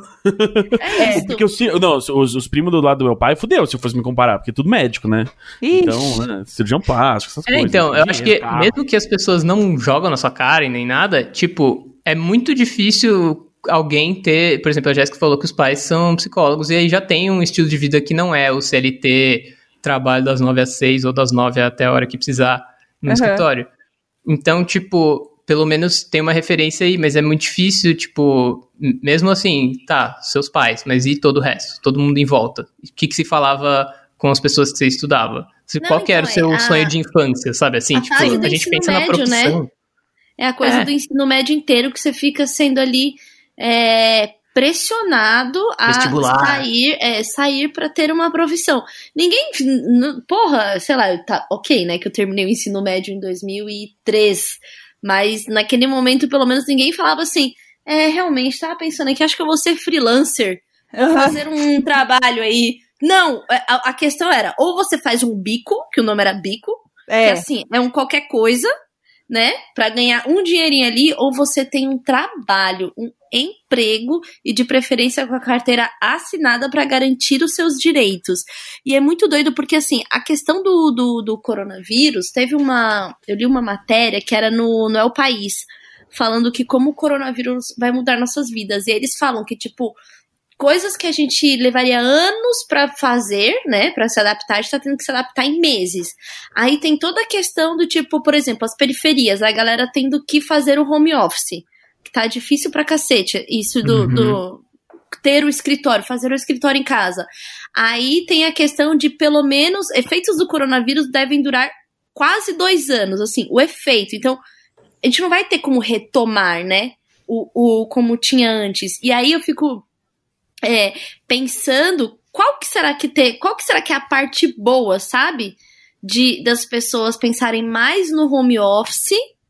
É isso. Porque os, não, os, os primos do lado do meu pai, fudeu se eu fosse me comparar, porque é tudo médico, né? Ixi. Então, né, cirurgião plástico, essas É, coisas. então, eu dinheiro, acho que carro. mesmo que as pessoas não jogam na sua cara e nem nada, tipo, é muito difícil alguém ter... Por exemplo, a Jéssica falou que os pais são psicólogos e aí já tem um estilo de vida que não é o C L T... trabalho das nove às seis ou das nove até a hora que precisar no uhum. escritório. Então, tipo, pelo menos tem uma referência aí, mas é muito difícil, tipo, mesmo assim, tá, seus pais, mas e todo o resto? Todo mundo em volta? O que que se falava com as pessoas que você estudava? Não, Qual que era então, o seu a... sonho de infância, sabe? Assim, a tipo, a gente pensa médio, na profissão. Né? É a coisa é. do ensino médio inteiro que você fica sendo ali... É... pressionado a Vestibular. sair, é, sair para ter uma profissão. Ninguém, n- porra, sei lá, tá, ok, né, que eu terminei o ensino médio em dois mil e três, mas naquele momento, pelo menos, ninguém falava assim, é, realmente, tava pensando aqui, acho que eu vou ser freelancer, uhum. fazer um trabalho aí. Não, a, a questão era, ou você faz um bico, que o nome era bico, é. que assim, é um qualquer coisa, né, pra ganhar um dinheirinho ali, ou você tem um trabalho, um emprego e de preferência com a carteira assinada para garantir os seus direitos. E é muito doido porque, assim, a questão do, do, do coronavírus, teve uma... Eu li uma matéria que era no, no El País, falando que como o coronavírus vai mudar nossas vidas. E eles falam que, tipo, coisas que a gente levaria anos pra fazer, né, pra se adaptar, a gente tá tendo que se adaptar em meses. Aí tem toda a questão do tipo, por exemplo, as periferias, a galera tendo que fazer o home office, que tá difícil pra cacete, isso do, uhum. do ter o escritório, fazer o escritório em casa. Aí tem a questão de, pelo menos, efeitos do coronavírus devem durar quase dois anos, assim, o efeito. Então, a gente não vai ter como retomar, né, o, o como tinha antes. E aí eu fico... É, pensando qual que será que ter, qual que será que é a parte boa, sabe? De, das pessoas pensarem mais no home office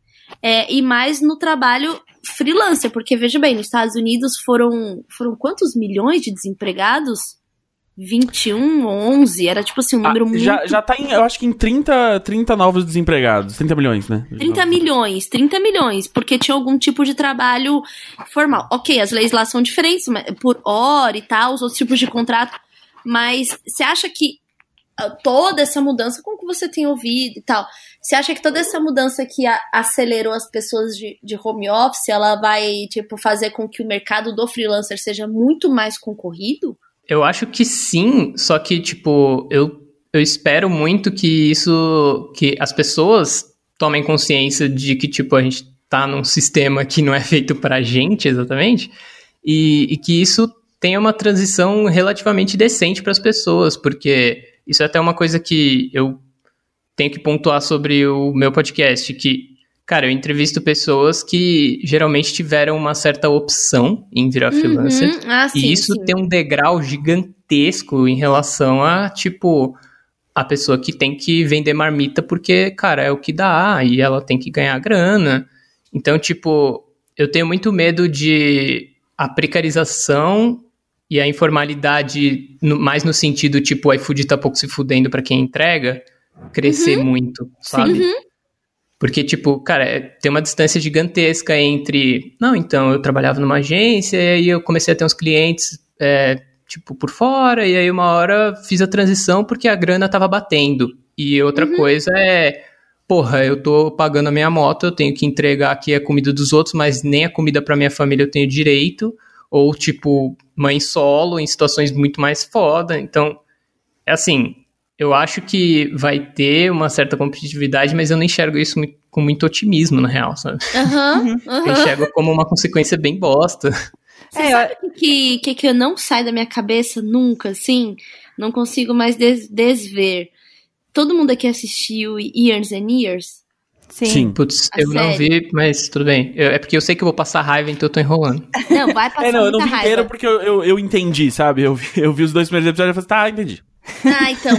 é, e mais no trabalho freelancer, porque veja bem, nos Estados Unidos foram, foram quantos milhões de desempregados? vinte e um, onze, era tipo assim um número ah, muito... Já, já tá em, eu acho que em trinta, trinta novos desempregados, trinta milhões, né? trinta milhões, trinta milhões, porque tinha algum tipo de trabalho formal. Ok, as leis lá são diferentes, por hora e tal, os outros tipos de contrato, mas você acha que toda essa mudança, como que você tem ouvido e tal, você acha que toda essa mudança que a, acelerou as pessoas de, de home office, ela vai, tipo, fazer com que o mercado do freelancer seja muito mais concorrido? Eu acho que sim, só que, tipo, eu, eu espero muito que isso, que as pessoas tomem consciência de que, tipo, a gente tá num sistema que não é feito pra gente, exatamente, e, e que isso tenha uma transição relativamente decente para as pessoas, porque isso é até uma coisa que eu tenho que pontuar sobre o meu podcast, que, cara, eu entrevisto pessoas que geralmente tiveram uma certa opção em virar uhum. freelancer, ah, sim, e isso sim. tem um degrau gigantesco em relação a, tipo, a pessoa que tem que vender marmita porque, cara, é o que dá, e ela tem que ganhar grana. Então, tipo, eu tenho muito medo de a precarização e a informalidade, no, mais no sentido, tipo, o iFood tá pouco se fudendo pra quem entrega, crescer uhum. muito, sabe? Uhum. Porque, tipo, cara, é, tem uma distância gigantesca entre... Não, então, eu trabalhava numa agência e aí eu comecei a ter uns clientes, é, tipo, por fora, e aí uma hora fiz a transição porque a grana tava batendo. E outra uhum. coisa é... Porra, eu tô pagando a minha moto, eu tenho que entregar aqui a comida dos outros, mas nem a comida pra minha família eu tenho direito. Ou, tipo, mãe solo, em situações muito mais foda. Então, é assim, eu acho que vai ter uma certa competitividade, mas eu não enxergo isso muito, com muito otimismo, na real, sabe? Uhum, uhum. Eu enxergo como uma consequência bem bosta. Você é, sabe o que, que, que não sai da minha cabeça nunca, assim? Não consigo mais des- desver. Todo mundo aqui assistiu Years and Years? Sim. Sim. Putz, A eu série. não vi, mas tudo bem. Eu, é porque eu sei que eu vou passar raiva, então eu tô enrolando. Não, vai passar é, não, eu não muita vi raiva. inteiro porque eu, eu, eu entendi, sabe? Eu vi, eu vi os dois primeiros episódios e falei, tá, entendi. Ah, então,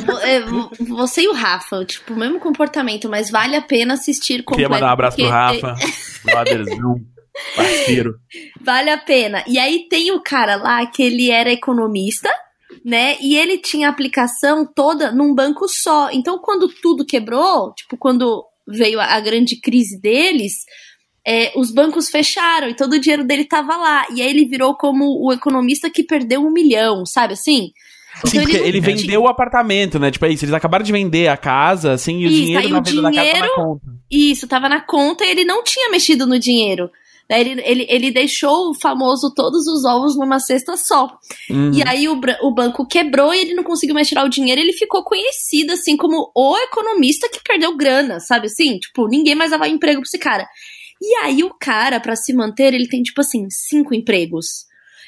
você e o Rafa, tipo, o mesmo comportamento, mas vale a pena assistir completo. Queria mandar um abraço porque... pro Rafa, brotherzão, parceiro. Vale a pena. E aí tem o cara lá que ele era economista, né? E ele tinha a aplicação toda num banco só. Então, quando tudo quebrou, tipo, quando veio a, a grande crise deles, é, os bancos fecharam e todo o dinheiro dele tava lá. E aí ele virou como o economista que perdeu um milhão, sabe assim? Sim, então, porque ele, ele vendeu o apartamento, né? Tipo, é isso, eles acabaram de vender a casa, assim, e o isso, dinheiro na venda da casa tava na conta. Isso, tava na conta e ele não tinha mexido no dinheiro. Ele, ele, ele deixou o famoso todos os ovos numa cesta só. Uhum. E aí o, o banco quebrou e ele não conseguiu mais tirar o dinheiro. Ele ficou conhecido, assim, como o economista que perdeu grana, sabe assim? Tipo, ninguém mais dava emprego pra esse cara. E aí o cara, pra se manter, ele tem, tipo assim, cinco empregos.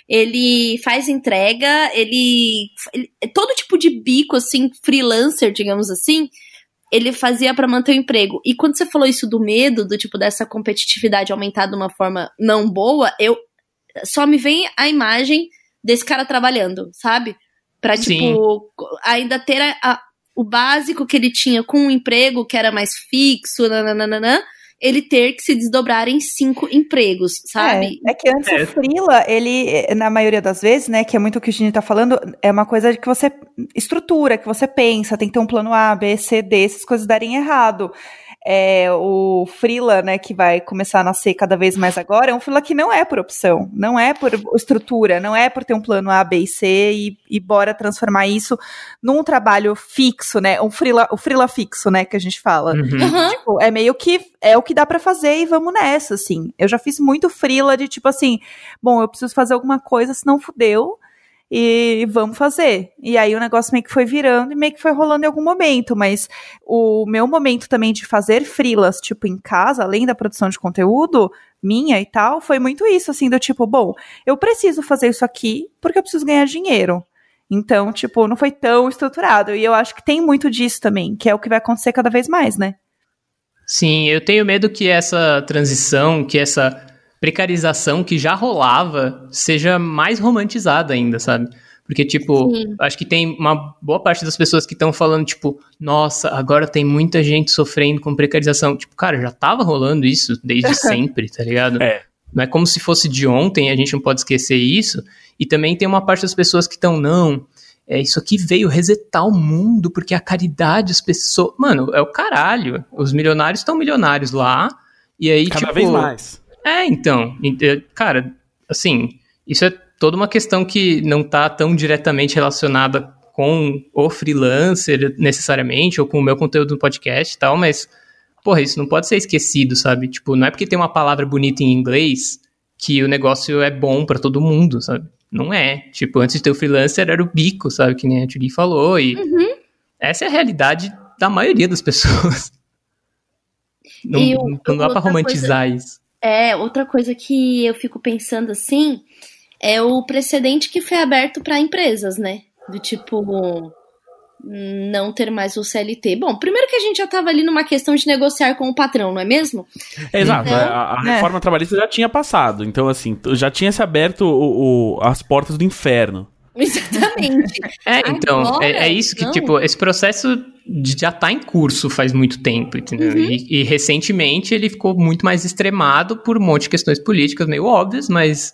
Ele faz entrega, ele, ele... todo tipo de bico, assim, freelancer, digamos assim, ele fazia pra manter o emprego. E quando você falou isso do medo, do tipo, dessa competitividade aumentar de uma forma não boa, eu só me vem a imagem desse cara trabalhando, sabe? Pra, tipo, Sim. ainda ter a, a, o básico que ele tinha com um emprego que era mais fixo, nananana, ele ter que se desdobrar em cinco empregos, sabe? É, é que antes é. o freela, ele, na maioria das vezes, né, que é muito o que o Gini tá falando, é uma coisa que você estrutura, que você pensa, tem que ter um plano A, B, C, D, essas coisas darem errado. É, o freela, né, que vai começar a nascer cada vez mais agora, é um freela que não é por opção, não é por estrutura, não é por ter um plano A, B e C e, e bora transformar isso num trabalho fixo, né, um freela, o freela fixo, né, que a gente fala. Uhum. Uhum. Tipo, é meio que é o que dá pra fazer e vamos nessa, assim. Eu já fiz muito freela de tipo assim, bom, eu preciso fazer alguma coisa, senão fudeu. E vamos fazer. E aí o negócio meio que foi virando e meio que foi rolando em algum momento, mas o meu momento também de fazer freelas, tipo, em casa, além da produção de conteúdo minha e tal, foi muito isso, assim, do tipo, bom, eu preciso fazer isso aqui porque eu preciso ganhar dinheiro. Então, tipo, não foi tão estruturado. E eu acho que tem muito disso também, que é o que vai acontecer cada vez mais, né? Sim, eu tenho medo que essa transição, que essa precarização que já rolava seja mais romantizada ainda, sabe? Porque, tipo, Sim. acho que tem uma boa parte das pessoas que estão falando, tipo, nossa, agora tem muita gente sofrendo com precarização. Tipo, cara, já tava rolando isso desde sempre, tá ligado? É. Não é como se fosse de ontem, a gente não pode esquecer isso. E também tem uma parte das pessoas que estão, não, é, isso aqui veio resetar o mundo, porque a caridade, as pessoas... Mano, é o caralho. Os milionários estão milionários lá, e aí, Cada tipo... vez mais. É, então, cara, assim, isso é toda uma questão que não tá tão diretamente relacionada com o freelancer necessariamente, ou com o meu conteúdo no podcast e tal, mas, porra, isso não pode ser esquecido, sabe? Tipo, não é porque tem uma palavra bonita em inglês que o negócio é bom pra todo mundo, sabe? Não é. Tipo, antes de ter o freelancer era o bico, sabe? Que nem a Julie falou, e Uhum. essa é a realidade da maioria das pessoas. Não, E o- não dá pra outra romantizar isso. É, outra coisa que eu fico pensando assim é o precedente que foi aberto para empresas, né? Do tipo, não ter mais o C L T. Bom, primeiro que a gente já estava ali numa questão de negociar com o patrão, não é mesmo? Exato, Então, a, a é. reforma trabalhista já tinha passado, então assim, já tinha se aberto o, o- as portas do inferno. Exatamente. É, então, Agora, é, é isso que, não. tipo, esse processo de- já tá em curso faz muito tempo, entendeu? Uhum. E, e recentemente ele ficou muito mais extremado por um monte de questões políticas meio óbvias, mas,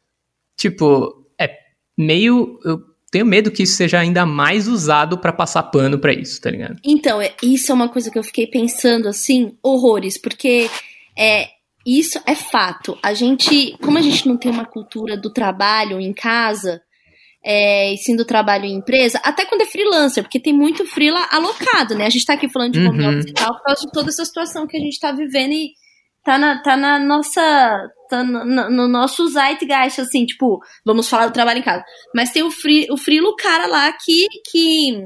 tipo, é meio... Eu tenho medo que isso seja ainda mais usado pra passar pano pra isso, tá ligado? Então, é- isso é uma coisa que eu fiquei pensando assim, horrores, porque é, isso é fato. A gente, como a gente não tem uma cultura do trabalho em casa, é, e sim do trabalho em empresa, até quando é freelancer, porque tem muito freela alocado, né? A gente tá aqui falando de home Uhum. office e tal, por causa de toda essa situação que a gente tá vivendo e tá na, tá na nossa. Tá no, no- no nosso zeitgeist, assim, tipo, vamos falar do trabalho em casa. Mas tem o, free, o freelo cara lá que. que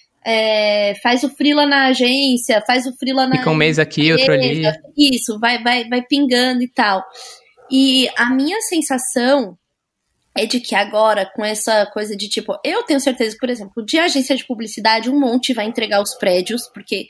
é, faz o freela na agência, faz o freela na. Fica um mês aqui, outro ali. Isso, vai, vai, vai pingando e tal. E a minha sensação é de que agora, com essa coisa de tipo, eu tenho certeza que, por exemplo, de agência de publicidade, um monte vai entregar os prédios, porque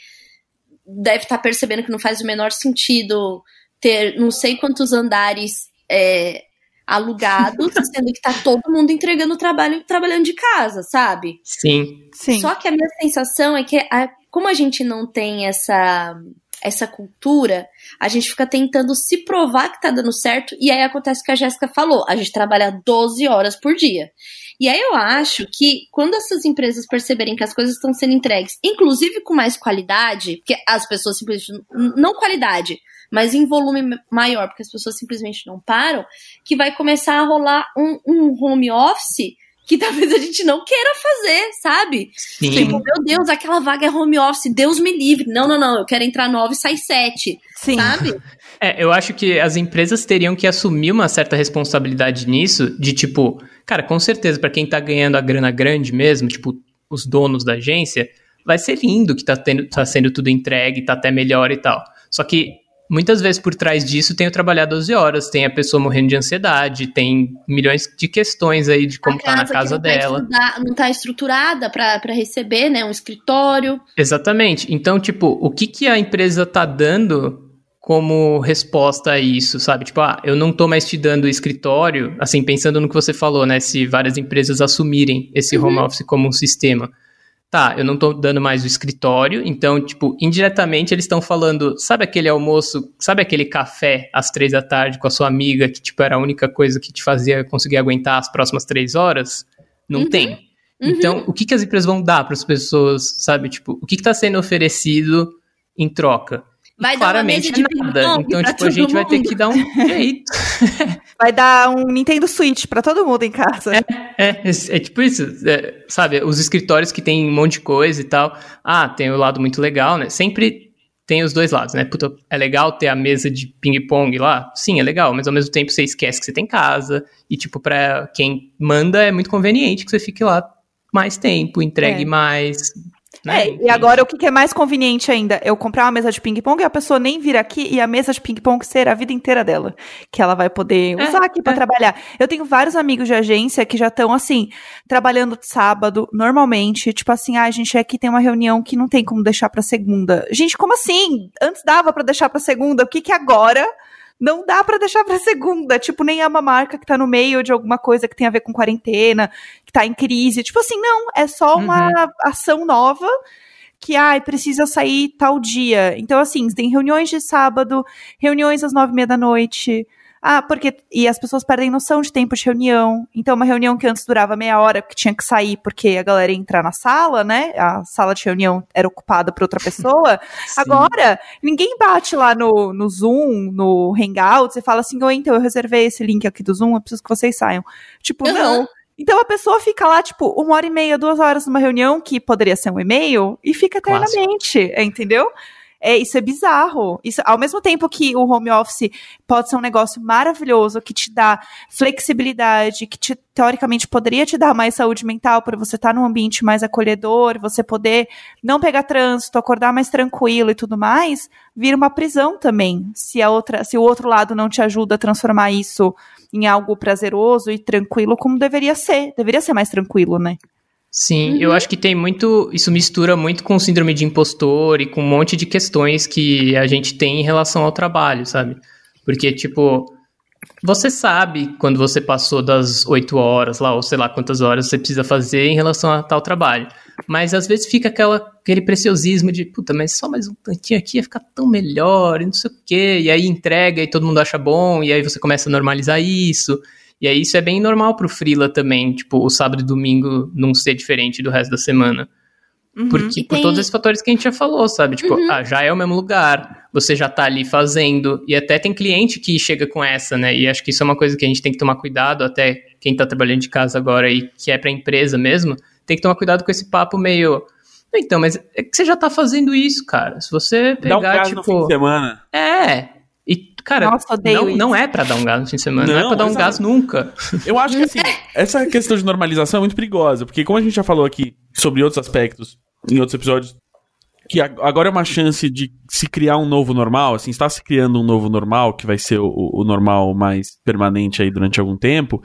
deve estar percebendo que não faz o menor sentido ter não sei quantos andares é, alugados, sendo que tá todo mundo entregando trabalho trabalhando de casa, sabe? Sim. Sim. Só que a minha sensação é que, a- como a gente não tem essa, essa cultura, a gente fica tentando se provar que tá dando certo, e aí acontece o que a Jéssica falou, a gente trabalha doze horas por dia. E aí eu acho que quando essas empresas perceberem que as coisas estão sendo entregues, inclusive com mais qualidade, porque as pessoas simplesmente, não qualidade, mas em volume maior, porque as pessoas simplesmente não param, que vai começar a rolar um, um home office que talvez a gente não queira fazer, sabe? Sim. Tipo, meu Deus, aquela vaga é home office, Deus me livre. Não, não, não, eu quero entrar nove e sair sete, Sim. sabe? É, eu acho que as empresas teriam que assumir uma certa responsabilidade nisso, de tipo, cara, com certeza, pra quem tá ganhando a grana grande mesmo, tipo, os donos da agência, vai ser lindo que tá, tendo, tá sendo tudo entregue, tá até melhor e tal. Só que muitas vezes por trás disso tem o trabalhar doze horas, tem a pessoa morrendo de ansiedade, tem milhões de questões aí de como A tá na que casa não tá dela. estrutura- não tá estruturada pra, pra receber, né? Um escritório. Exatamente. Então, tipo, o que, que a empresa tá dando como resposta a isso, sabe? Tipo, ah, eu não tô mais te dando escritório, assim, pensando no que você falou, né? Se várias empresas assumirem esse home office como um sistema. Tá, eu não tô dando mais o escritório, então, tipo, indiretamente eles estão falando, sabe aquele almoço, sabe aquele café às três da tarde com a sua amiga, que, tipo, era a única coisa que te fazia conseguir aguentar as próximas três horas? Não Uhum. tem. Então, o que, que as empresas vão dar para as pessoas, sabe? Tipo, o que está sendo oferecido em troca? E Vai dar uma claramente mesa de é nada. ping-pong Então, pra tipo, a todo gente vai ter mundo. que dar um jeito. Vai dar um Nintendo Switch pra todo mundo em casa. É, é, é tipo isso, é, sabe? Os escritórios que tem um monte de coisa e tal. Ah, tem o lado muito legal, né? Sempre tem os dois lados, né? Puta, é legal ter a mesa de ping-pong lá? Sim, é legal, mas ao mesmo tempo você esquece que você tem casa. E, tipo, pra quem manda é muito conveniente que você fique lá mais tempo, entregue É. mais. Né? É, e agora o que que é mais conveniente ainda? Eu comprar uma mesa de ping-pong e a pessoa nem vir aqui e a mesa de ping-pong ser a vida inteira dela. Que ela vai poder É, usar aqui pra é. trabalhar. Eu tenho vários amigos de agência que já estão, assim, trabalhando de sábado, normalmente. Tipo assim, ah, gente, aqui tem uma reunião que não tem como deixar pra segunda. Gente, como assim? Antes dava pra deixar pra segunda. O que que agora não dá pra deixar pra segunda? Tipo, nem é uma marca que tá no meio de alguma coisa que tem a ver com quarentena, que tá em crise. Tipo assim, não, é só uma ação nova que, ai, precisa sair tal dia. Então, assim, tem reuniões de sábado, reuniões às nove e meia da noite. Ah, porque... E as pessoas perdem noção de tempo de reunião. Então, uma reunião que antes durava meia hora, porque tinha que sair porque a galera ia entrar na sala, né? A sala de reunião era ocupada por outra pessoa. Agora, ninguém bate lá no, no Zoom, no Hangouts, e fala assim, oi, então eu reservei esse link aqui do Zoom, eu preciso que vocês saiam. Tipo, Uhum. não. Então a pessoa fica lá, tipo, uma hora e meia, duas horas numa reunião que poderia ser um e-mail e fica eternamente, é, entendeu? É, isso é bizarro. Isso, ao mesmo tempo que o home office pode ser um negócio maravilhoso, que te dá flexibilidade, que te, teoricamente poderia te dar mais saúde mental para você estar num ambiente mais acolhedor, você poder não pegar trânsito, acordar mais tranquilo e tudo mais, vira uma prisão também. Se, a outra, se o outro lado não te ajuda a transformar isso em algo prazeroso e tranquilo, como deveria ser. Deveria ser mais tranquilo, né? Sim, Uhum. eu acho que tem muito, isso mistura muito com síndrome de impostor e com um monte de questões que a gente tem em relação ao trabalho, sabe? Porque, tipo, você sabe quando você passou das oito horas lá, ou sei lá quantas horas você precisa fazer em relação a tal trabalho. Mas às vezes fica aquela, aquele preciosismo de, puta, mas só mais um tantinho aqui ia ficar tão melhor, e não sei o quê. E aí entrega e todo mundo acha bom, e aí você começa a normalizar isso. E aí isso é bem normal pro freela também, tipo, o sábado e domingo não ser diferente do resto da semana. Uhum. Porque, E por tem- todos esses fatores que a gente já falou, sabe? Tipo, Uhum. ah, já é o mesmo lugar, você já tá ali fazendo, e até tem cliente que chega com essa, né? E acho que isso é uma coisa que a gente tem que tomar cuidado, até quem tá trabalhando de casa agora e que é pra empresa mesmo, tem que tomar cuidado com esse papo meio... Então, mas é que você já tá fazendo isso, cara. Se você pegar, Dá um gás tipo... no fim de semana. É... E, cara, Nossa, odeio não, isso. não é pra dar um gás no fim de semana, não, Não, é pra dar um exato. gás nunca. Eu acho que, assim, essa questão de normalização é muito perigosa, porque como a gente já falou aqui sobre outros aspectos, em outros episódios, que a- agora é uma chance de se criar um novo normal, assim, está se criando um novo normal, que vai ser o, o normal mais permanente aí durante algum tempo,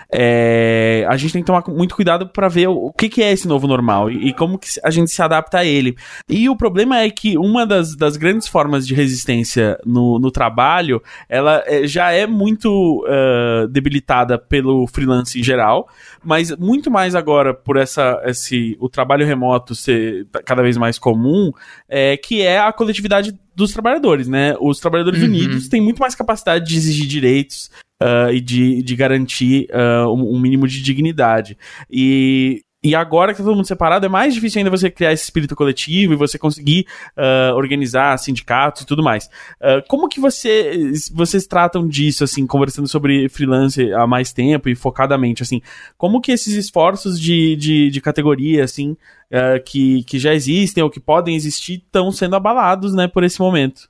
é, a gente tem que tomar muito cuidado para ver o, o que, que é esse novo normal e, e como que a gente se adapta a ele. E o problema é que uma das, das grandes formas de resistência no, no trabalho, ela é, já é muito uh, debilitada pelo freelance em geral, mas muito mais agora por essa, esse, o trabalho remoto ser cada vez mais comum, é, que é a coletividade dos trabalhadores, né? Os trabalhadores Uhum. unidos têm muito mais capacidade de exigir direitos uh, e de, de garantir uh, um, um mínimo de dignidade. E, e agora que tá todo mundo separado, é mais difícil ainda você criar esse espírito coletivo e você conseguir uh, organizar sindicatos e tudo mais. Uh, como que você, vocês tratam disso, assim, conversando sobre freelance há mais tempo e focadamente, assim, como que esses esforços de, de, de categoria, assim, uh, que, que já existem ou que podem existir estão sendo abalados, né, por esse momento?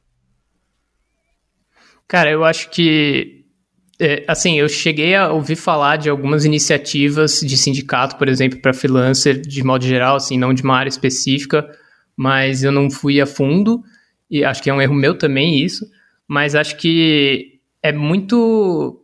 Cara, eu acho que, é, assim, eu cheguei a ouvir falar de algumas iniciativas de sindicato, por exemplo, para freelancer, de modo geral, assim, não de uma área específica, mas eu não fui a fundo, e acho que é um erro meu também isso, mas acho que é muito,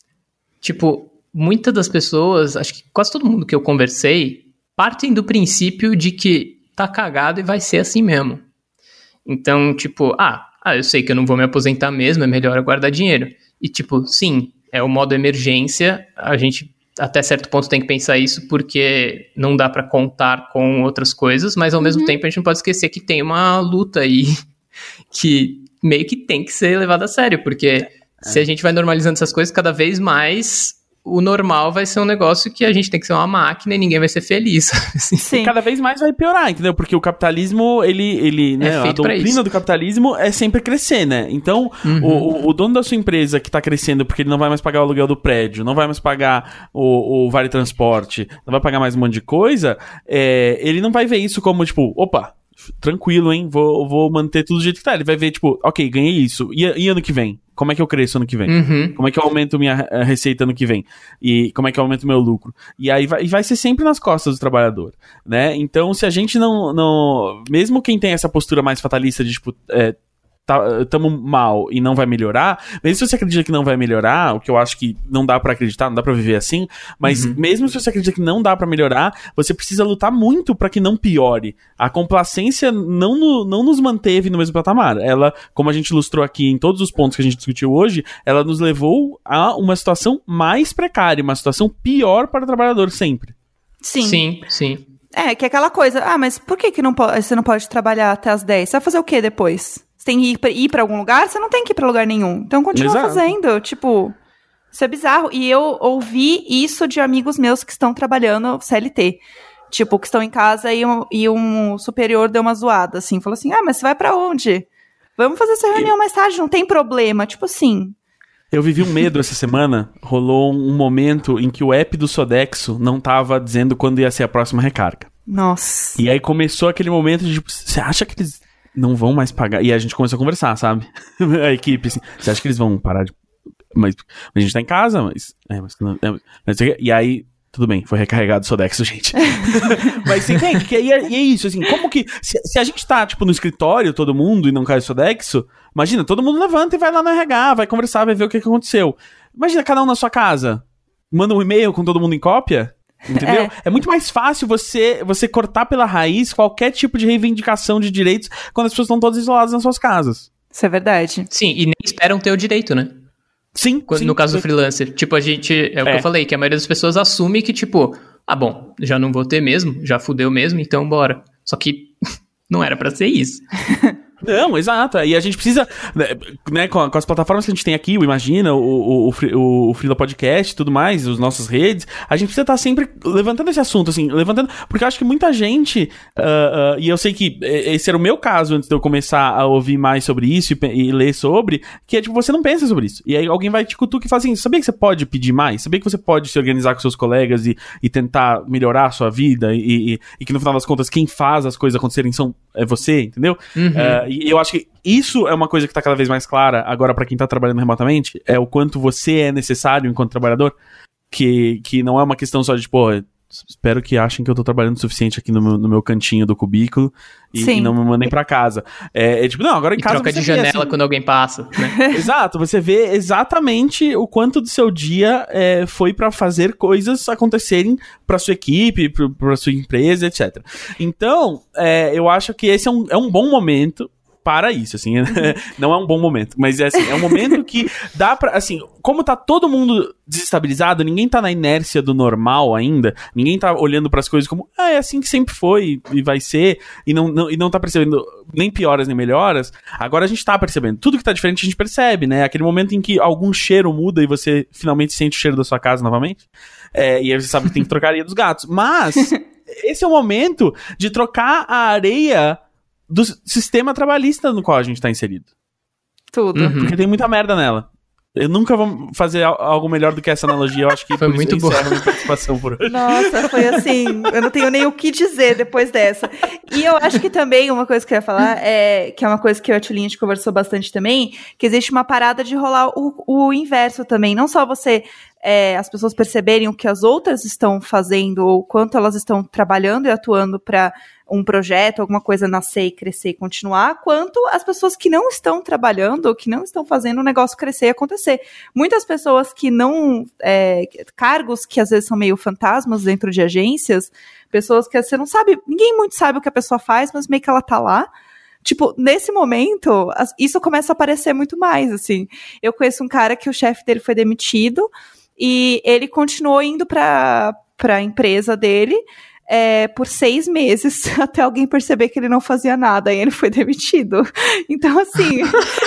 tipo, muitas das pessoas, acho que quase todo mundo que eu conversei, partem do princípio de que tá cagado e vai ser assim mesmo. Então, tipo, ah, ah, eu sei que eu não vou me aposentar mesmo, é melhor eu guardar dinheiro. E, tipo, sim, é o modo emergência, a gente até certo ponto tem que pensar isso porque não dá pra contar com outras coisas, mas ao mesmo Uhum. tempo a gente não pode esquecer que tem uma luta aí que meio que tem que ser levada a sério, porque se a gente vai normalizando essas coisas, cada vez mais o normal vai ser um negócio que a gente tem que ser uma máquina e ninguém vai ser feliz, sabe? Assim. Sim. Cada vez mais vai piorar, entendeu? Porque o capitalismo, ele, ele né, É a feito pra doutrina isso. do capitalismo é sempre crescer, né? Então, Uhum. o, o- o dono da sua empresa que tá crescendo porque ele não vai mais pagar o aluguel do prédio, não vai mais pagar o, o vale transporte, não vai pagar mais um monte de coisa, é, ele não vai ver isso como, tipo, opa, tranquilo, hein? Vou, vou manter tudo do jeito que tá. Ele vai ver, tipo, ok, ganhei isso. E, e ano que vem? Como é que eu cresço ano que vem? Uhum. Como é que eu aumento minha eh, receita ano que vem? E como é que eu aumento meu lucro? E aí vai, e vai ser sempre nas costas do trabalhador, né? Então, se a gente não... não mesmo quem tem essa postura mais fatalista de, tipo, é, tá, tamo mal e não vai melhorar, mesmo se você acredita que não vai melhorar, o que eu acho que não dá pra acreditar, não dá pra viver assim, mas Uhum. mesmo se você acredita que não dá pra melhorar, você precisa lutar muito pra que não piore. A complacência não, no, não nos manteve no mesmo patamar. Ela, como a gente ilustrou aqui em todos os pontos que a gente discutiu hoje, ela nos levou a uma situação mais precária, uma situação pior para o trabalhador sempre. Sim. Sim, sim. É, que é aquela coisa, ah, mas por que, que não po- você não pode trabalhar até as dez? Você vai fazer o quê depois? Você tem que ir pra, ir pra algum lugar? Você não tem que ir pra lugar nenhum. Então continua Exato. fazendo, tipo... Isso é bizarro. E eu ouvi isso de amigos meus que estão trabalhando C L T. Tipo, que estão em casa e um, e um superior deu uma zoada, assim. Falou assim, ah, mas você vai pra onde? Vamos fazer essa reunião mais tarde, não tem problema. Tipo assim... Eu vivi um medo essa semana. Rolou um momento em que o app do Sodexo não tava dizendo quando ia ser a próxima recarga. Nossa. E aí começou aquele momento de, tipo, você acha que eles não vão mais pagar? E a gente começou a conversar, sabe? A equipe, assim, você acha que eles vão parar de... Mas a gente tá em casa, mas... É, mas, é, mas e aí... Tudo bem, foi recarregado o Sodexo, gente. Mas você entende? Que, e, é, e é isso, assim, como que... Se, se a gente tá, tipo, no escritório, todo mundo, e não cai o Sodexo, imagina, todo mundo levanta e vai lá no R H, vai conversar, vai ver o que, que aconteceu. Imagina cada um na sua casa. Manda um e-mail com todo mundo em cópia. Entendeu? É. é muito mais fácil você, você cortar pela raiz qualquer tipo de reivindicação de direitos quando as pessoas estão todas isoladas nas suas casas. Isso é verdade. Sim, e nem esperam ter o direito, né? Sim, Quando, sim. No caso do freelancer. Tipo, a gente... É o é. que eu falei, que a maioria das pessoas assume que, tipo... Ah, bom, já não vou ter mesmo, já fudeu mesmo, então bora. Só que não era pra ser isso. Não, exato. E a gente precisa, né, com, com as plataformas que a gente tem aqui, o Imagina, o, o, o, o Freela Podcast e tudo mais, as nossas redes, a gente precisa estar sempre levantando esse assunto, assim, levantando, porque eu acho que muita gente, uh, uh, e eu sei que esse era o meu caso antes de eu começar a ouvir mais sobre isso e, e ler sobre, que é tipo, você não pensa sobre isso. E aí alguém vai te cutucar e fala assim, sabia que você pode pedir mais? Sabia que você pode se organizar com seus colegas e, e tentar melhorar a sua vida? E, e, e que no final das contas, quem faz as coisas acontecerem são, é você, entendeu? Uhum. Uh, E eu acho que isso é uma coisa que tá cada vez mais clara agora pra quem tá trabalhando remotamente, é o quanto você é necessário enquanto trabalhador, que, que não é uma questão só de, tipo, espero que achem que eu tô trabalhando o suficiente aqui no meu, no meu cantinho do cubículo e, e não me mandem pra casa. É, é tipo, não, agora em e casa troca você de vê, janela assim, quando alguém passa, né? Exato, você vê exatamente o quanto do seu dia é, foi pra fazer coisas acontecerem pra sua equipe, pra, pra sua empresa, etcétera. Então, é, eu acho que esse é um, é um bom momento para isso, assim, não é um bom momento, mas é assim, é um momento que dá pra, assim, como tá todo mundo desestabilizado, ninguém tá na inércia do normal ainda, ninguém tá olhando pras coisas como, ah, é assim que sempre foi e vai ser, e não, não, e não tá percebendo nem pioras nem melhoras, agora a gente tá percebendo, tudo que tá diferente a gente percebe, né, aquele momento em que algum cheiro muda e você finalmente sente o cheiro da sua casa novamente, é, e aí você sabe que tem que trocar a areia dos gatos, mas esse é o momento de trocar a areia do sistema trabalhista no qual a gente tá inserido. Tudo. Uhum. Porque tem muita merda nela. Eu nunca vou fazer algo melhor do que essa analogia. Eu acho que foi muito boa. Encerro a minha participação por hoje. Nossa, foi assim, eu não tenho nem o que dizer depois dessa. E eu acho que também, uma coisa que eu ia falar, é, que é uma coisa que eu e a Tulinha a gente conversou bastante também, que existe uma parada de rolar o, o inverso também. Não só você... É, as pessoas perceberem o que as outras estão fazendo ou quanto elas estão trabalhando e atuando para um projeto, alguma coisa nascer e crescer e continuar, quanto as pessoas que não estão trabalhando ou que não estão fazendo o negócio crescer e acontecer. Muitas pessoas que não... É, cargos que às vezes são meio fantasmas dentro de agências, pessoas que você não sabe, ninguém muito sabe o que a pessoa faz, mas meio que ela tá lá. Tipo, nesse momento, isso começa a aparecer muito mais, assim. Eu conheço um cara que o chefe dele foi demitido e ele continuou indo para a empresa dele é, por seis meses, até alguém perceber que ele não fazia nada, e ele foi demitido. Então, assim...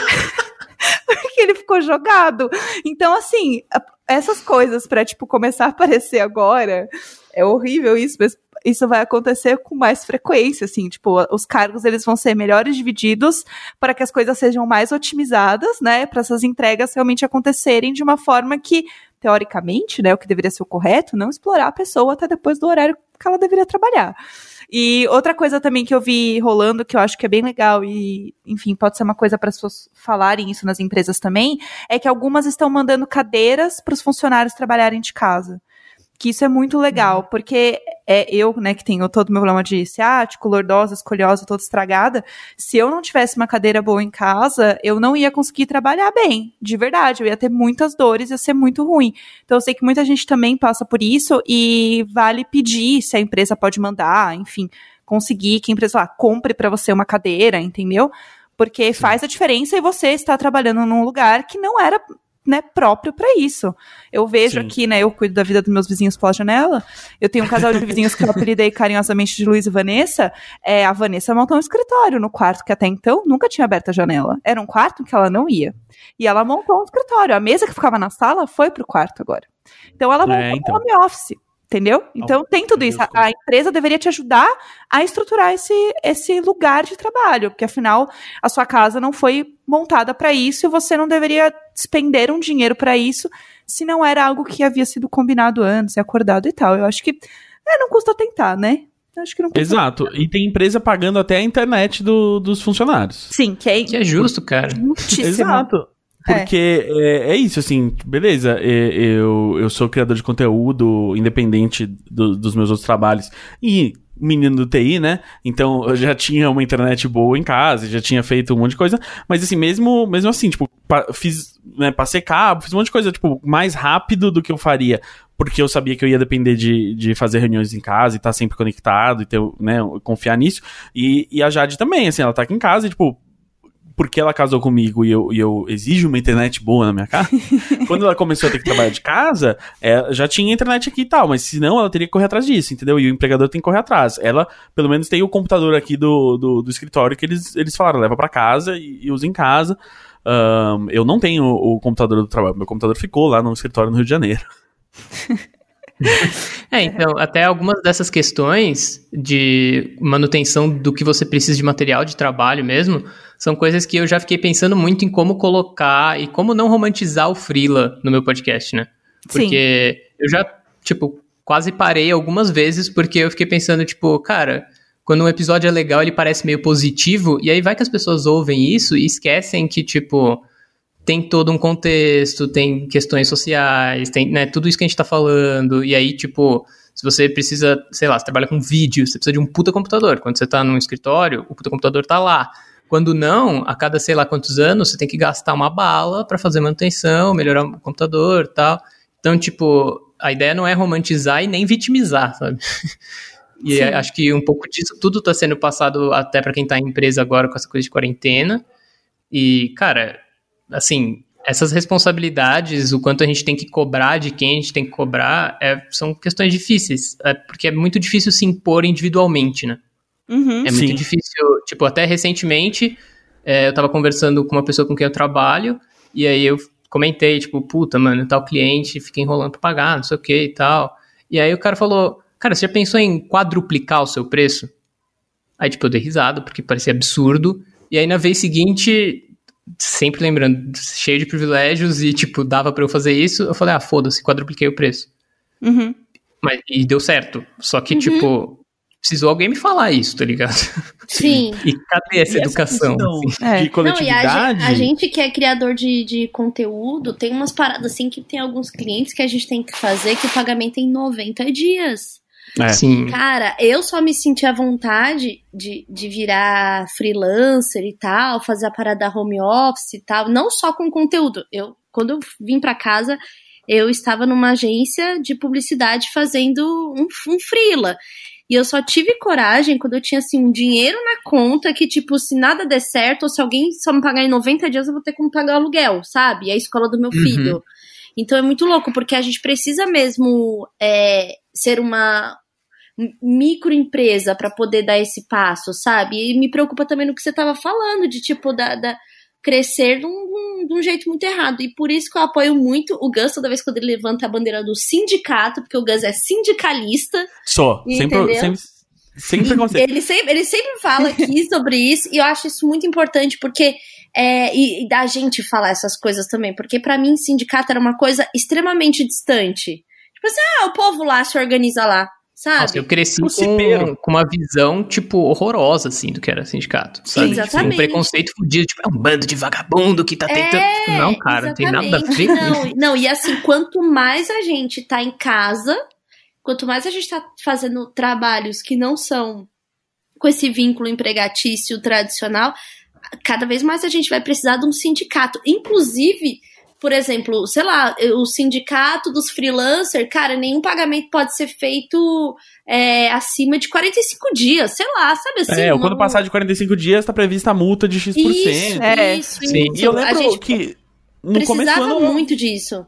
porque ele ficou jogado. Então, assim, essas coisas para, tipo, começar a aparecer agora, é horrível isso, mas isso vai acontecer com mais frequência, assim, tipo, os cargos, eles vão ser melhores divididos para que as coisas sejam mais otimizadas, né, para essas entregas realmente acontecerem de uma forma que, teoricamente, né, o que deveria ser o correto, não explorar a pessoa até depois do horário que ela deveria trabalhar. E outra coisa também que eu vi rolando, que eu acho que é bem legal e, enfim, pode ser uma coisa para as pessoas falarem isso nas empresas também, é que algumas estão mandando cadeiras para os funcionários trabalharem de casa. Que isso é muito legal, uhum. porque é eu, né, que tenho todo o meu problema de ciático, lordose, escoliose, toda estragada, se eu não tivesse uma cadeira boa em casa, eu não ia conseguir trabalhar bem, de verdade, eu ia ter muitas dores, ia ser muito ruim. Então eu sei que muita gente também passa por isso e vale pedir se a empresa pode mandar, enfim, conseguir que a empresa lá compre para você uma cadeira, entendeu? Porque Sim. faz a diferença e você está trabalhando num lugar que não era... né, próprio para isso. Eu vejo Sim. aqui, né, eu cuido da vida dos meus vizinhos pela janela, eu tenho um casal de vizinhos que eu apelidei carinhosamente de Luiz e Vanessa, é, a Vanessa montou um escritório no quarto que até então nunca tinha aberto a janela. Era um quarto que ela não ia. E ela montou um escritório. A mesa que ficava na sala foi pro quarto agora. Então ela montou é, então. um home office. Entendeu? Então, tem tudo isso. A, a empresa deveria te ajudar a estruturar esse, esse lugar de trabalho, porque, afinal, a sua casa não foi montada para isso e você não deveria despender um dinheiro para isso se não era algo que havia sido combinado antes, acordado e tal. Eu acho que é, não custa tentar, né? Eu acho que não custa Exato. tentar. E tem empresa pagando até a internet do, dos funcionários. Sim, que é, que é justo, cara. Muitíssimo. Exato. Porque é. É, é isso, assim, beleza, eu, eu sou criador de conteúdo independente do, dos meus outros trabalhos e menino do T I, né? Então eu já tinha uma internet boa em casa, já tinha feito um monte de coisa, mas assim, mesmo, mesmo assim, tipo, pa, fiz, né, passei cabo, fiz um monte de coisa, tipo, mais rápido do que eu faria, porque eu sabia que eu ia depender de, de fazer reuniões em casa e estar tá sempre conectado e ter, né, confiar nisso. E, e a Jade também, assim, ela tá aqui em casa e, tipo, porque ela casou comigo e eu, e eu exijo uma internet boa na minha casa, quando ela começou a ter que trabalhar de casa, é, já tinha internet aqui e tal, mas senão ela teria que correr atrás disso, entendeu? E o empregador tem que correr atrás. Ela, pelo menos, tem o computador aqui do, do, do escritório que eles, eles falaram, leva pra casa e, e usa em casa. Um, eu não tenho o, o computador do trabalho, meu computador ficou lá no escritório no Rio de Janeiro. É, então, até algumas dessas questões de manutenção do que você precisa de material de trabalho mesmo, são coisas que eu já fiquei pensando muito em como colocar e como não romantizar o freela no meu podcast, né? Porque Sim. eu já, tipo, quase parei algumas vezes porque eu fiquei pensando, tipo, cara, quando um episódio é legal, ele parece meio positivo, e aí vai que as pessoas ouvem isso e esquecem que, tipo, tem todo um contexto, tem questões sociais, tem, né, tudo isso que a gente tá falando, e aí, tipo, se você precisa, sei lá, você trabalha com vídeo, você precisa de um puta computador. Quando você tá num escritório, o puta computador tá lá. Quando não, a cada sei lá quantos anos, você tem que gastar uma bala pra fazer manutenção, melhorar o computador e tal. Então, tipo, a ideia não é romantizar e nem vitimizar, sabe? E Sim. acho que um pouco disso tudo tá sendo passado até pra quem tá em empresa agora com essa coisa de quarentena. E, cara, assim, essas responsabilidades, o quanto a gente tem que cobrar de quem a gente tem que cobrar, é, são questões difíceis, é, porque é muito difícil se impor individualmente, né? Uhum, é sim. muito difícil, tipo, até recentemente é, eu tava conversando com uma pessoa com quem eu trabalho, e aí eu comentei, tipo, puta, mano, tal cliente fica enrolando pra pagar, não sei o que e tal, e aí o cara falou, cara, você já pensou em quadruplicar o seu preço? Aí, tipo, eu dei risada, porque parecia absurdo, e aí na vez seguinte, sempre lembrando, cheio de privilégios, e, tipo, dava pra eu fazer isso, eu falei, ah, foda-se, quadrupliquei o preço. Uhum. Mas, e deu certo, só que, Uhum. tipo, precisou alguém me falar isso, tá ligado? Sim. E cadê essa e educação? Essa assim? de É. coletividade? Não, e a, gente, a gente que é criador de, de conteúdo, tem umas paradas assim que tem alguns clientes que a gente tem que fazer que o pagamento é em noventa dias. É. Sim. Cara, eu só me senti à vontade de, de virar freelancer e tal, fazer a parada home office e tal, não só com conteúdo. Eu, quando eu vim pra casa, eu estava numa agência de publicidade fazendo um, um freela. E eu só tive coragem quando eu tinha, assim, um dinheiro na conta que, tipo, se nada der certo, ou se alguém só me pagar em noventa dias, eu vou ter como pagar o aluguel, sabe? E a escola do meu Uhum. filho. Então é muito louco, porque a gente precisa mesmo é, ser uma microempresa para poder dar esse passo, sabe? E me preocupa também no que você tava falando, de, tipo, da... da crescer de um, de um jeito muito errado. E por isso que eu apoio muito o Gus toda vez que ele levanta a bandeira do sindicato, porque o Gus é sindicalista. Sou. Sempre, sempre, sempre conceito. Ele sempre, ele sempre fala aqui sobre isso, e eu acho isso muito importante, porque é, e, e da gente falar essas coisas também, porque pra mim sindicato era uma coisa extremamente distante. Tipo assim, ah, o povo lá se organiza lá. Sabe? Nossa, eu cresci com, com uma visão, tipo, horrorosa, assim, do que era sindicato, sabe? Exatamente. Tipo, um preconceito fudido, tipo, é um bando de vagabundo que tá tentando... É, tipo, não, cara, exatamente. não tem nada a ver não, com isso. não, e assim, quanto mais a gente tá em casa, quanto mais a gente tá fazendo trabalhos que não são com esse vínculo empregatício tradicional, cada vez mais a gente vai precisar de um sindicato. Inclusive... Por exemplo, sei lá, o sindicato dos freelancers, cara, nenhum pagamento pode ser feito é, acima de quarenta e cinco dias, sei lá, sabe assim? É, ou uma... quando passar de quarenta e cinco dias, tá prevista a multa de X por cento. Isso, é. isso, Sim. isso. E eu lembro a gente que no precisava começo do ano... muito disso.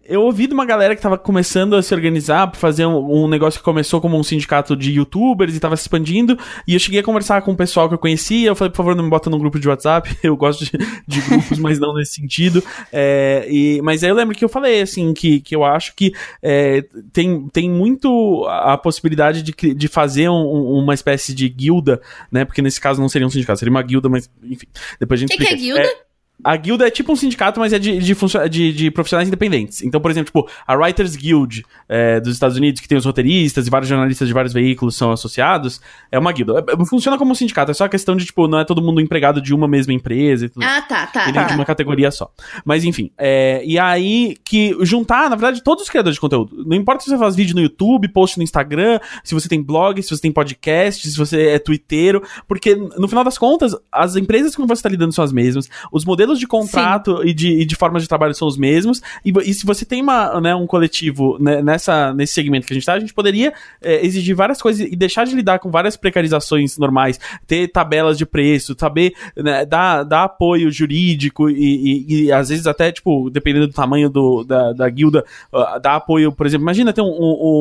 Eu ouvi de uma galera que tava começando a se organizar pra fazer um, um negócio que começou como um sindicato de youtubers e tava se expandindo, e eu cheguei a conversar com o pessoal que eu conhecia, eu falei, por favor, não me bota num grupo de WhatsApp, eu gosto de, de grupos, mas não nesse sentido, é, e, mas aí eu lembro que eu falei, assim, que, que eu acho que é, tem, tem muito a possibilidade de, de fazer um, uma espécie de guilda, né, porque nesse caso não seria um sindicato, seria uma guilda, mas enfim, depois a gente explica. O que, que é guilda? É, a guilda é tipo um sindicato, mas é de, de, de, de profissionais independentes. Então, por exemplo, tipo, a Writers Guild é, dos Estados Unidos, que tem os roteiristas e vários jornalistas de vários veículos são associados, é uma guilda. É, funciona como um sindicato, é só a questão de, tipo, não é todo mundo empregado de uma mesma empresa e tudo. Ah, tá, tá. Ele é de uma categoria só. Mas, enfim, é, e aí que juntar, na verdade, todos os criadores de conteúdo. Não importa se você faz vídeo no YouTube, post no Instagram, se você tem blog, se você tem podcast, se você é twitteiro, porque, no final das contas, as empresas com que você está lidando são as mesmas, os modelos de contrato e de, e de formas de trabalho são os mesmos, e, e se você tem uma, né, um coletivo, né, nessa, nesse segmento que a gente tá, a gente poderia é, exigir várias coisas e deixar de lidar com várias precarizações normais, ter tabelas de preço, saber, né, dar, dar apoio jurídico e, e, e às vezes até, tipo, dependendo do tamanho do, da, da guilda, uh, dar apoio, por exemplo, imagina ter um,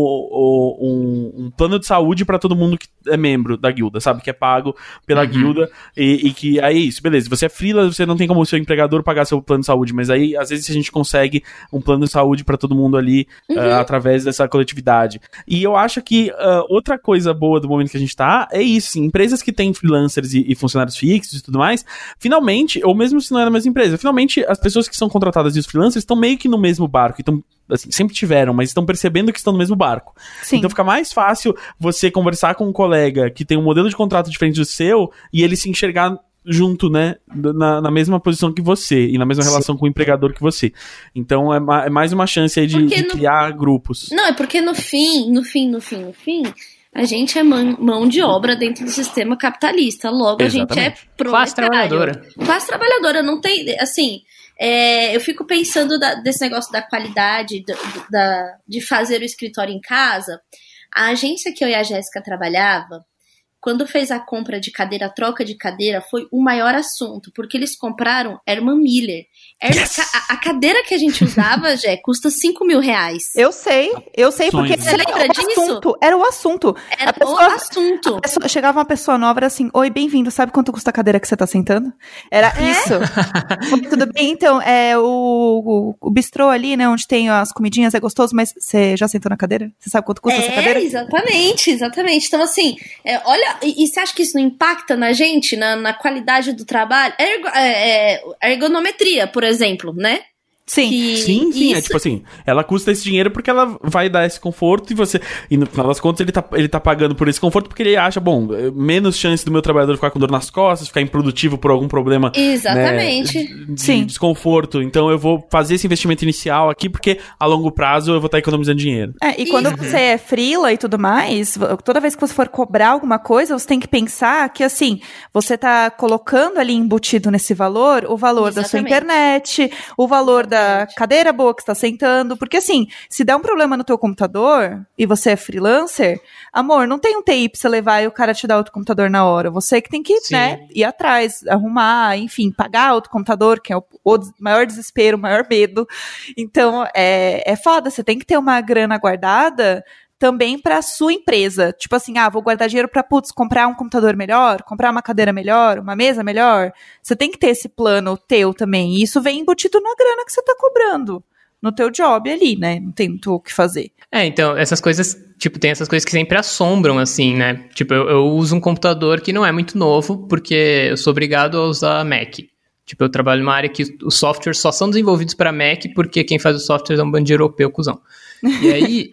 um, um, um plano de saúde pra todo mundo que é membro da guilda, sabe, que é pago pela uhum. guilda, e, e que aí é isso, beleza, você é freela, você não tem como seu empregador pagar seu plano de saúde, mas aí às vezes a gente consegue um plano de saúde pra todo mundo ali uhum. uh, através dessa coletividade. E eu acho que uh, outra coisa boa do momento que a gente tá é isso, sim, empresas que têm freelancers e, e funcionários fixos e tudo mais, finalmente, ou mesmo se não é na mesma empresa, finalmente as pessoas que são contratadas e os freelancers estão meio que no mesmo barco, então assim, sempre tiveram, mas estão percebendo que estão no mesmo barco. Sim. Então fica mais fácil você conversar com um colega que tem um modelo de contrato diferente do seu e ele se enxergar junto, né, na, na mesma posição que você e na mesma relação Sim. com o empregador que você. Então é, ma- é mais uma chance aí de, de no... criar grupos. Não, é porque no fim, no fim, no fim, no fim, a gente é mão, mão de obra dentro do sistema capitalista. Logo, Exatamente. a gente é proletário. Classe trabalhadora. Classe trabalhadora, não tem, assim... É, eu fico pensando da, desse negócio da qualidade, da, da, de fazer o escritório em casa. A agência que eu e a Jéssica trabalhava, quando fez a compra de cadeira, a troca de cadeira, foi o maior assunto, porque eles compraram Herman Miller. Herman, yes. a, a cadeira que a gente usava, Jé, custa cinco mil reais. Eu sei, eu sei, Sonho. porque você lembra era disso? O assunto, era o assunto. Era pessoa, o assunto. A pessoa, chegava uma pessoa nova, era assim, oi, bem-vindo, sabe quanto custa a cadeira que você tá sentando? Era é? isso. Oi, tudo bem? Então, é, o, o, o bistrô ali, né, onde tem as comidinhas, é gostoso, mas você já sentou na cadeira? Você sabe quanto custa é, essa cadeira? Exatamente, exatamente. Então, assim, é, olha, e, e você acha que isso não impacta na gente, na, na qualidade do trabalho? Ergo, é, é, ergonometria, por exemplo, né? Sim, que sim, sim. isso... É tipo assim, ela custa esse dinheiro porque ela vai dar esse conforto e você. E no final das contas, ele tá, ele tá pagando por esse conforto porque ele acha, bom, menos chance do meu trabalhador ficar com dor nas costas, ficar improdutivo por algum problema. Exatamente. Né, de sim. desconforto. Então eu vou fazer esse investimento inicial aqui porque a longo prazo eu vou estar economizando dinheiro. É, e quando Isso. você é freela e tudo mais, toda vez que você for cobrar alguma coisa, você tem que pensar que, assim, você tá colocando ali embutido nesse valor o valor Exatamente. da sua internet, o valor Exatamente. da cadeira boa que você tá sentando, porque assim, se der um problema no teu computador e você é freelancer, amor, não tem um T I pra você levar e o cara te dá outro computador na hora, você que tem que, Sim. né, ir atrás, arrumar, enfim, pagar outro computador, que é o, o maior desespero, o maior medo, então é, é foda, você tem que ter uma grana guardada também para a sua empresa. Tipo assim, ah, vou guardar dinheiro para, putz, comprar um computador melhor, comprar uma cadeira melhor, uma mesa melhor. Você tem que ter esse plano teu também. E isso vem embutido na grana que você tá cobrando no teu job ali, né? Não tem muito o que fazer. É, então, essas coisas, tipo, tem essas coisas que sempre assombram, assim, né? Tipo, eu, eu uso um computador que não é muito novo, porque eu sou obrigado a usar Mac. Tipo, eu trabalho numa área que os softwares só são desenvolvidos para Mac, porque quem faz os softwares é um bando de europeu, cuzão. E aí,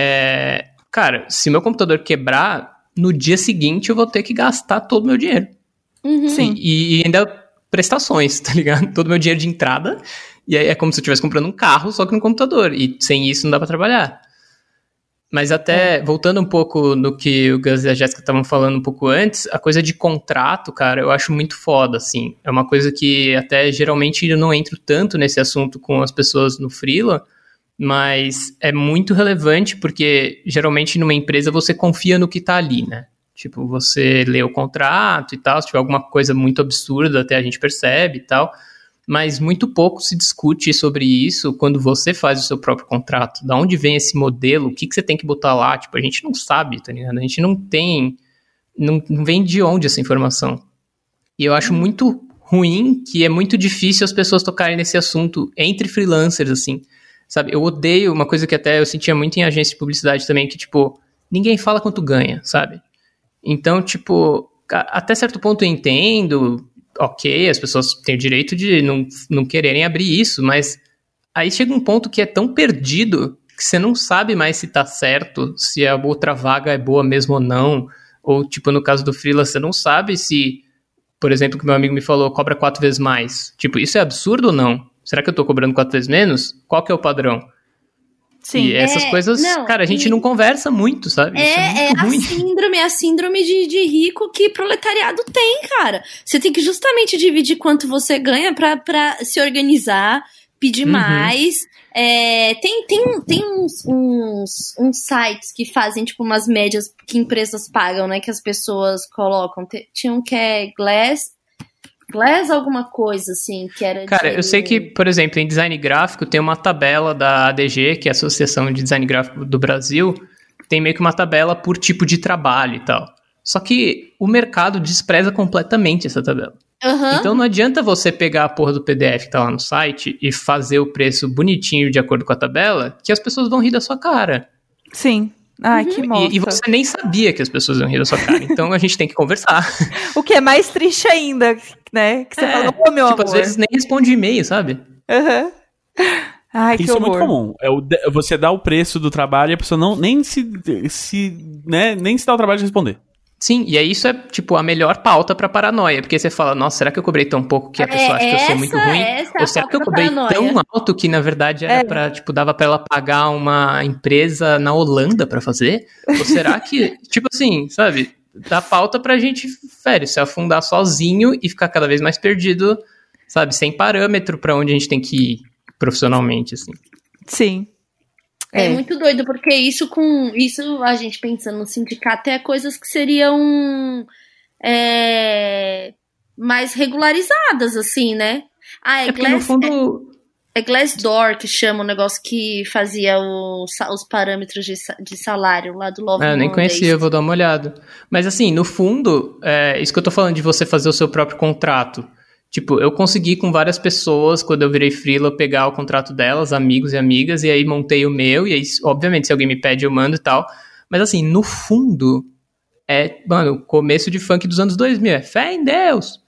é, cara, se meu computador quebrar, no dia seguinte eu vou ter que gastar todo o meu dinheiro. Uhum. Sim. E, e ainda prestações, tá ligado? Todo o meu dinheiro de entrada. E aí é como se eu estivesse comprando um carro, só que no computador. E sem isso não dá pra trabalhar. Mas até, é. voltando um pouco no que o Gus e a Jéssica estavam falando um pouco antes, a coisa de contrato, cara, eu acho muito foda, assim. É uma coisa que até geralmente eu não entro tanto nesse assunto com as pessoas no freela, mas é muito relevante porque geralmente numa empresa você confia no que tá ali, né? Tipo, você lê o contrato e tal, se tiver alguma coisa muito absurda até a gente percebe e tal, mas muito pouco se discute sobre isso quando você faz o seu próprio contrato. Da onde vem esse modelo? O que, que você tem que botar lá? Tipo, a gente não sabe, tá ligado? A gente não tem... Não, não vem de onde essa informação. E eu acho muito ruim que é muito difícil as pessoas tocarem nesse assunto entre freelancers, assim. Sabe? Eu odeio uma coisa que até eu sentia muito em agência de publicidade também, que, tipo, ninguém fala quanto ganha, sabe? Então, tipo, até certo ponto eu entendo, ok, as pessoas têm o direito de não, não quererem abrir isso, mas aí chega um ponto que é tão perdido que você não sabe mais se tá certo, se a outra vaga é boa mesmo ou não, ou, tipo, no caso do freela, você não sabe se, por exemplo, que meu amigo me falou, cobra quatro vezes mais. Tipo, isso é absurdo ou não? Será que eu tô cobrando quatro vezes menos? Qual que é o padrão? Sim. E essas é, coisas, não, cara, a gente e... não conversa muito, sabe? É, Isso é muito é ruim. a síndrome, é a síndrome de, de rico que proletariado tem, cara. Você tem que justamente dividir quanto você ganha pra, pra se organizar, pedir Uhum. mais. É, tem tem, tem uns, uns, uns sites que fazem, tipo, umas médias que empresas pagam, né? Que as pessoas colocam. Tinha um que é Glass... Glass alguma coisa, assim, que era... Cara, de... eu sei que, por exemplo, em design gráfico tem uma tabela da A D G, que é a Associação de Design Gráfico do Brasil, tem meio que uma tabela por tipo de trabalho e tal. Só que o mercado despreza completamente essa tabela. Uhum. Então não adianta você pegar a porra do P D F que tá lá no site e fazer o preço bonitinho de acordo com a tabela, que as pessoas vão rir da sua cara. Sim. Ai, uhum. que moça. E, e você nem sabia que as pessoas iam rir da sua cara. Então a gente tem que conversar. O que é mais triste ainda, né? Que você é, fala, ô, meu tipo, amor. Às vezes nem responde e-mail, sabe? Aham. Uhum. Ai, que Isso horror. é muito comum. É o de, você dá o preço do trabalho e a pessoa não, nem se, se, né, nem se dá o trabalho de responder. Sim, e aí isso é, tipo, a melhor pauta pra paranoia, porque você fala, nossa, será que eu cobrei tão pouco que a pessoa é, acha que eu sou muito ruim? Ou será que eu cobrei tão alto que, na verdade, era é. pra, tipo, dava pra ela pagar uma empresa na Holanda pra fazer? Ou será que, tipo assim, sabe, dá pauta pra gente, velho, se afundar sozinho e ficar cada vez mais perdido, sabe, sem parâmetro pra onde a gente tem que ir profissionalmente, assim. Sim. É. é muito doido, porque isso com isso a gente pensando no sindicato é coisas que seriam é, mais regularizadas, assim, né? Ah, é, é Glass, no fundo... é, é Glassdoor que chama o negócio que fazia os, os parâmetros de, de salário lá do Love É, eu nem Mondays. conhecia, eu vou dar uma olhada. Mas assim, no fundo, é isso que eu tô falando de você fazer o seu próprio contrato. Tipo, eu consegui com várias pessoas, quando eu virei freela, pegar o contrato delas, amigos e amigas, e aí montei o meu, e aí, obviamente, se alguém me pede, eu mando e tal. Mas assim, no fundo, é, mano, começo de funk dos anos dois mil, é fé em Deus.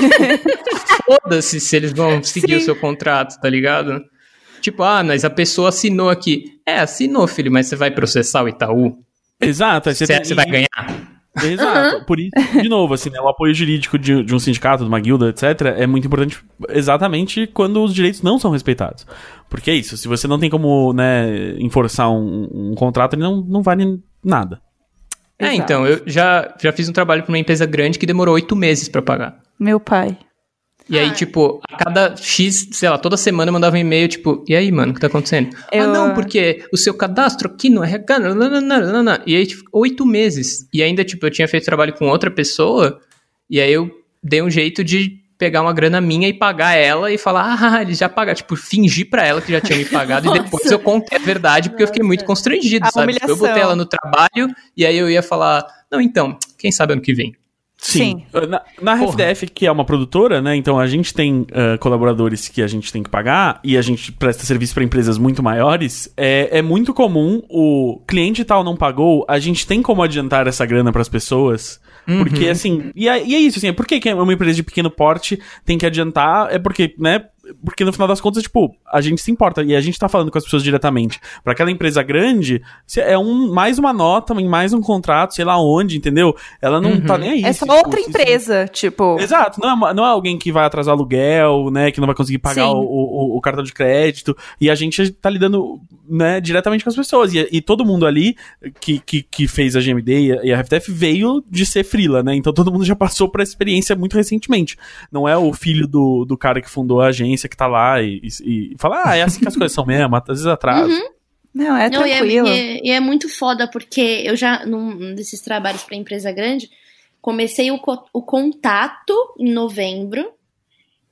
Foda-se se eles vão seguir Sim. o seu contrato, tá ligado? Tipo, ah, mas a pessoa assinou aqui. É, assinou, filho, mas você vai processar o Itaú? Exato. Você, você vai ganhar? Exato. Uhum. Por isso, de novo, assim, né, o apoio jurídico de, de um sindicato, de uma guilda, etcétera, é muito importante exatamente quando os direitos não são respeitados. Porque é isso, se você não tem como, né, enforçar um, um contrato, ele não, não vale nada. É, Exato. Então, eu já, já fiz um trabalho para uma empresa grande que demorou oito meses para pagar. Meu pai. E aí, tipo, a cada X, sei lá, toda semana eu mandava um e-mail, tipo, e aí, mano, o que tá acontecendo? Eu... Ah, não, porque o seu cadastro aqui no R H... Nananana. E aí, tipo, oito meses. E ainda, tipo, eu tinha feito trabalho com outra pessoa, e aí eu dei um jeito de pegar uma grana minha e pagar ela e falar, ah, eles já pagaram. Tipo, fingir pra ela que já tinha me pagado e depois eu contei a verdade, porque Nossa. eu fiquei muito constrangido, a sabe? Tipo, eu botei ela no trabalho e aí eu ia falar, não, então, quem sabe ano que vem. Sim. Sim. Na, na R F D F, que é uma produtora, né? Então a gente tem uh, colaboradores que a gente tem que pagar e a gente presta serviço para empresas muito maiores. É, é muito comum o cliente tal não pagou, a gente tem como adiantar essa grana para as pessoas. Uhum. Porque, assim... E é, e é isso, assim. Por que, que uma empresa de pequeno porte tem que adiantar? É porque, né... Porque no final das contas, tipo, a gente se importa e a gente tá falando com as pessoas diretamente. Pra aquela empresa grande, é um, mais uma nota, mais um contrato, sei lá onde, entendeu? Ela não uhum. tá nem aí. É só tipo, outra empresa, se... tipo... Exato, não é, não é alguém que vai atrasar aluguel, né, que não vai conseguir pagar o, o, o cartão de crédito, e a gente tá lidando, né, diretamente com as pessoas. E, e todo mundo ali que, que, que fez a G M D e a, e a R F D F veio de ser freela, né, então todo mundo já passou por essa experiência muito recentemente. Não é o filho do, do cara que fundou a agência que tá lá e, e, e fala, ah, é assim que as coisas são mesmo, às vezes atrasa. Uhum. Não, é Não, tranquilo. E é, e, é, e é muito foda, porque eu já, num desses trabalhos pra empresa grande, comecei o, co- o contato em novembro,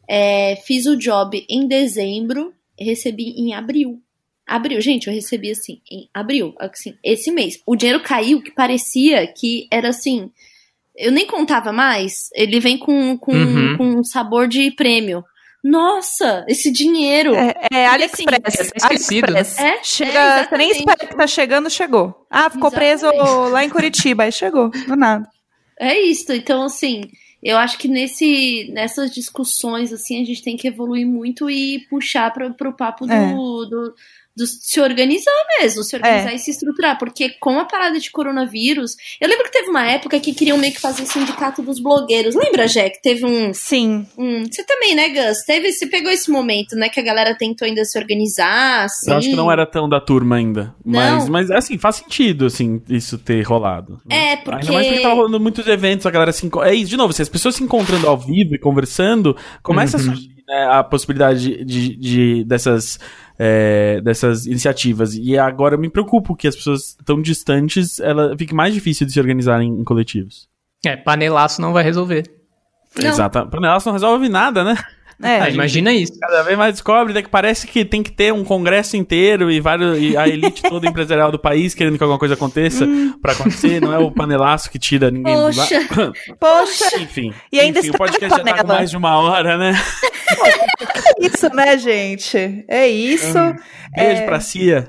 É, fiz o job em dezembro, recebi em abril. Abril, gente, eu recebi assim, em abril, assim, esse mês. O dinheiro caiu que parecia que era assim, eu nem contava mais, ele vem com, com, Uhum. com sabor de prêmio. Nossa, esse dinheiro. É, é AliExpress. assim, é esquecido. AliExpress. É, Chega, é, você nem exatamente. espera que tá chegando, chegou. Ah, ficou preso Exatamente. lá em Curitiba, aí chegou, do nada. É isso, então assim, eu acho que nesse, nessas discussões, assim, a gente tem que evoluir muito e puxar para pro papo do, É. do, do se organizar mesmo, se organizar É. e se estruturar, porque com a parada de coronavírus, eu lembro que teve uma época que queriam meio que fazer o sindicato dos blogueiros, lembra, Jack? Teve um, Sim. um você também, né, Gus? Teve, você pegou esse momento, né, que a galera tentou ainda se organizar, assim. Eu acho que não era tão da turma ainda. Mas, Não. mas, assim, faz sentido, assim, isso ter rolado. É, porque- Ainda mais porque tava rolando muitos eventos, a galera se... enco- É isso, de novo, se as pessoas se encontrando ao vivo e conversando, começa Uhum. a surgir, né, a possibilidade de, de- dessas, é, dessas iniciativas. E agora eu me preocupo que as pessoas tão distantes, ela fique mais difícil de se organizarem em coletivos. É, panelaço não vai resolver. Não. Exato. Pra elas não resolve nada, né? É, Ah, imagina isso. Cada vez mais descobre, né, que parece que tem que ter um congresso inteiro e, vários, e a elite toda empresarial do país querendo que alguma coisa aconteça pra acontecer. Não é o panelaço que tira ninguém Poxa. do lá. Poxa, Enfim. E ainda enfim, o está podcast na já tá com panela. mais de uma hora, né? isso, né, gente? É isso. Beijo É. pra Cia.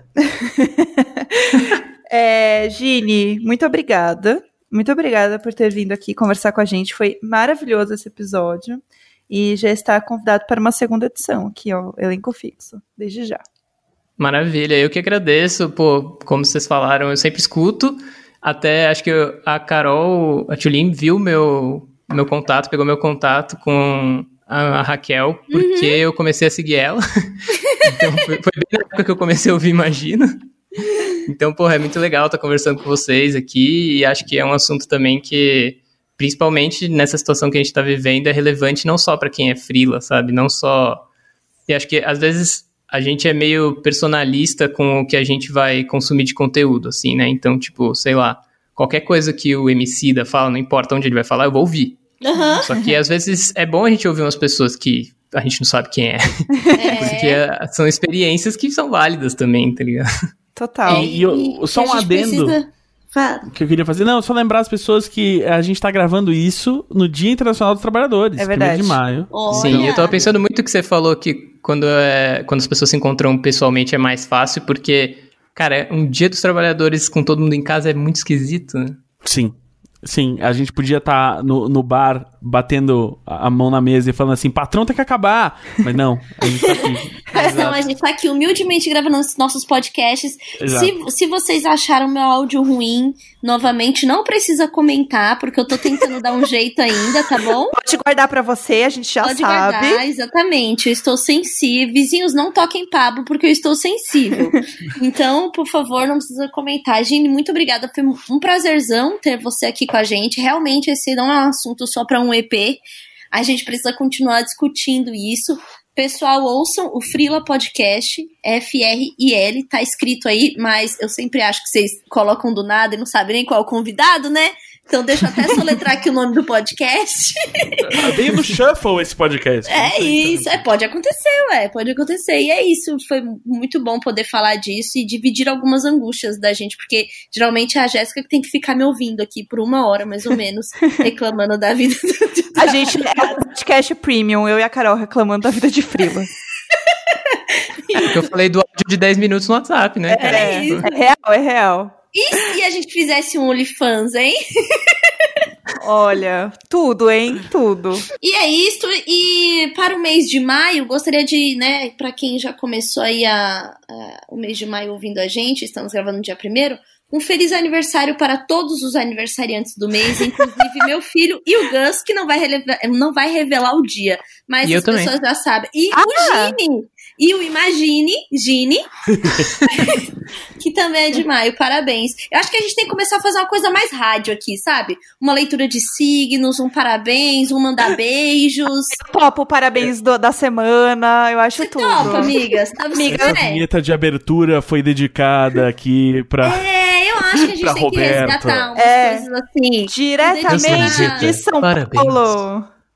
É, Gini, muito obrigada. Muito obrigada por ter vindo aqui conversar com a gente. Foi maravilhoso esse episódio. E já está convidado para uma segunda edição aqui, ó, elenco fixo, desde já. Maravilha, eu que agradeço. Pô, como vocês falaram, eu sempre escuto. Até acho que eu- a Carol, a Tulin, viu meu, meu contato, pegou meu contato com a, a Raquel, porque eu comecei a seguir ela. Então foi, foi bem na época que eu comecei a ouvir Imagina. Então, porra, é muito legal estar conversando com vocês aqui, e acho que é um assunto também que, principalmente nessa situação que a gente está vivendo, é relevante não só para quem é freela, sabe? Não só... E acho que, às vezes, a gente é meio personalista com o que a gente vai consumir de conteúdo, assim, né? Então, tipo, sei lá, qualquer coisa que o Emicida fala, não importa onde ele vai falar, eu vou ouvir. Aham. Só que, às vezes, é bom a gente ouvir umas pessoas que a gente não sabe quem é. Porque É. são experiências que são válidas também, tá ligado? Total. E- eu- só a um gente adendo. precisa- Fala. Que eu queria fazer, não, só lembrar as pessoas que a gente tá gravando isso no Dia Internacional dos Trabalhadores, É verdade. primeiro de maio. Olha. Sim, eu tava pensando muito que você falou que quando, é, quando as pessoas se encontram pessoalmente é mais fácil, porque, cara, um Dia dos Trabalhadores com todo mundo em casa é muito esquisito, né? Sim. Sim, a gente podia estar no, no bar batendo a a mão na mesa e falando assim, patrão tem que acabar. Mas não, a gente tá aqui. Mas não, a gente tá aqui humildemente gravando os nossos podcasts. Exato. Se, se vocês acharam meu áudio ruim, novamente, não precisa comentar, porque eu tô tentando dar um jeito ainda, tá bom? Pode guardar pra você, a gente já Pode sabe. guardar, exatamente. Eu estou sensível. Vizinhos, não toquem Pablo, porque eu estou sensível. Então, por favor, não precisa comentar. Gini, muito obrigada. Foi um prazerzão ter você aqui com a gente. Realmente, esse não é um assunto só para um E P. A gente precisa continuar discutindo isso. Pessoal, ouçam o Freela Podcast, F R I L, tá escrito aí, mas eu sempre acho que vocês colocam do nada e não sabem nem qual é o convidado, né? Então deixa eu até soletrar aqui o nome do podcast. Veio no Shuffle esse podcast. É isso, é, pode acontecer, ué, pode acontecer. E é isso, foi muito bom poder falar disso e dividir algumas angústias da gente, porque geralmente é a Jéssica que tem que ficar me ouvindo aqui por uma hora, mais ou menos, reclamando da vida do A gente é um podcast premium, eu e a Carol reclamando da vida de frila. Porque eu falei do áudio de dez minutos no WhatsApp, né, cara? É isso. É real, é real. E se a gente fizesse um OnlyFans, hein? Olha, tudo, hein? Tudo. E é isso, e para o mês de maio, gostaria de, né, para quem já começou aí a, a, o mês de maio ouvindo a gente, estamos gravando no dia primeiro, um feliz aniversário para todos os aniversariantes do mês, inclusive meu filho e o Gus, que não vai, releva- não vai revelar o dia, mas E eu as também. pessoas já sabem. E Ah! o Gini, e o Imagine, Gini, que também é de maio, parabéns. Eu acho que a gente tem que começar a fazer uma coisa mais rádio aqui, sabe? Uma leitura de signos, um parabéns, um mandar beijos. Topo, parabéns do- da semana, eu acho Você tudo. topa, amigas? Tá, Amiga, você, A né? vinheta de abertura foi dedicada aqui pra... É, eu acho que a gente Pra tem Roberto. que resgatar umas É. coisas assim. Diretamente Deixa eu de São Parabéns. Paulo.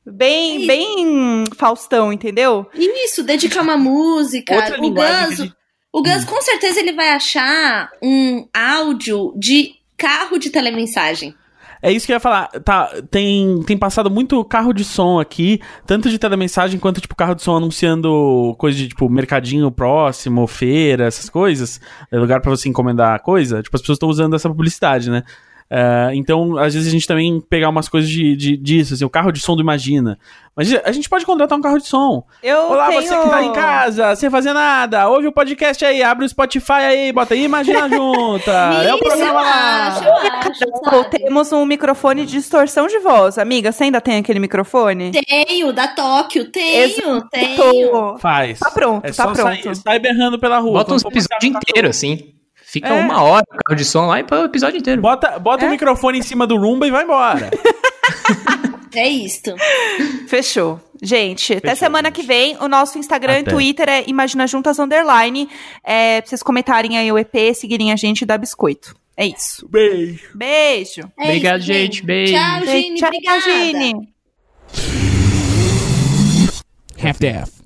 Bem, bem Faustão, entendeu? Isso, dedicar uma música. Outra o linguagem Gus, que a gente- o Gus com certeza ele vai achar um áudio de carro de telemensagem. É isso que eu ia falar. Tá, tem, tem passado muito carro de som aqui, tanto de telemensagem quanto, tipo, carro de som anunciando coisa de, tipo, mercadinho próximo, feira, essas coisas. É lugar pra você encomendar coisa. Tipo, as pessoas estão usando essa publicidade, né? Uh, então, às vezes a gente também pegar umas coisas de, de, disso, assim, o carro de som do Imagina. Mas a gente pode contratar um carro de som. Eu Olá, tenho... você que tá em casa, sem fazer nada, ouve o podcast aí, abre o Spotify aí, bota aí, Imagina Junta. É o Isso, programa eu lá. acho, eu acho, Pô, sabe? temos um microfone de distorção de voz. Amiga, você ainda tem aquele microfone? Tenho, da Tóquio, tenho, Exato. tenho. Faz. Tá pronto, é tá só pronto. Sair, sai berrando pela rua. Bota uns Quando episódios for passar no inteiros, assim. Fica É. uma hora o carro de som lá e põe o episódio inteiro. Bota, bota É? o microfone em cima do Roomba e vai embora. É isto. Fechou. Gente, até Fechou, semana gente. que vem. O nosso Instagram e Até. Twitter é Imagina Juntas Underline. É, pra vocês comentarem aí o E P, seguirem a gente e dar biscoito. É isso. Beijo. Beijo. É Obrigado, isso, gente. Beijo. Tchau, Gini. Tchau, Obrigada. Gini. Half-Death.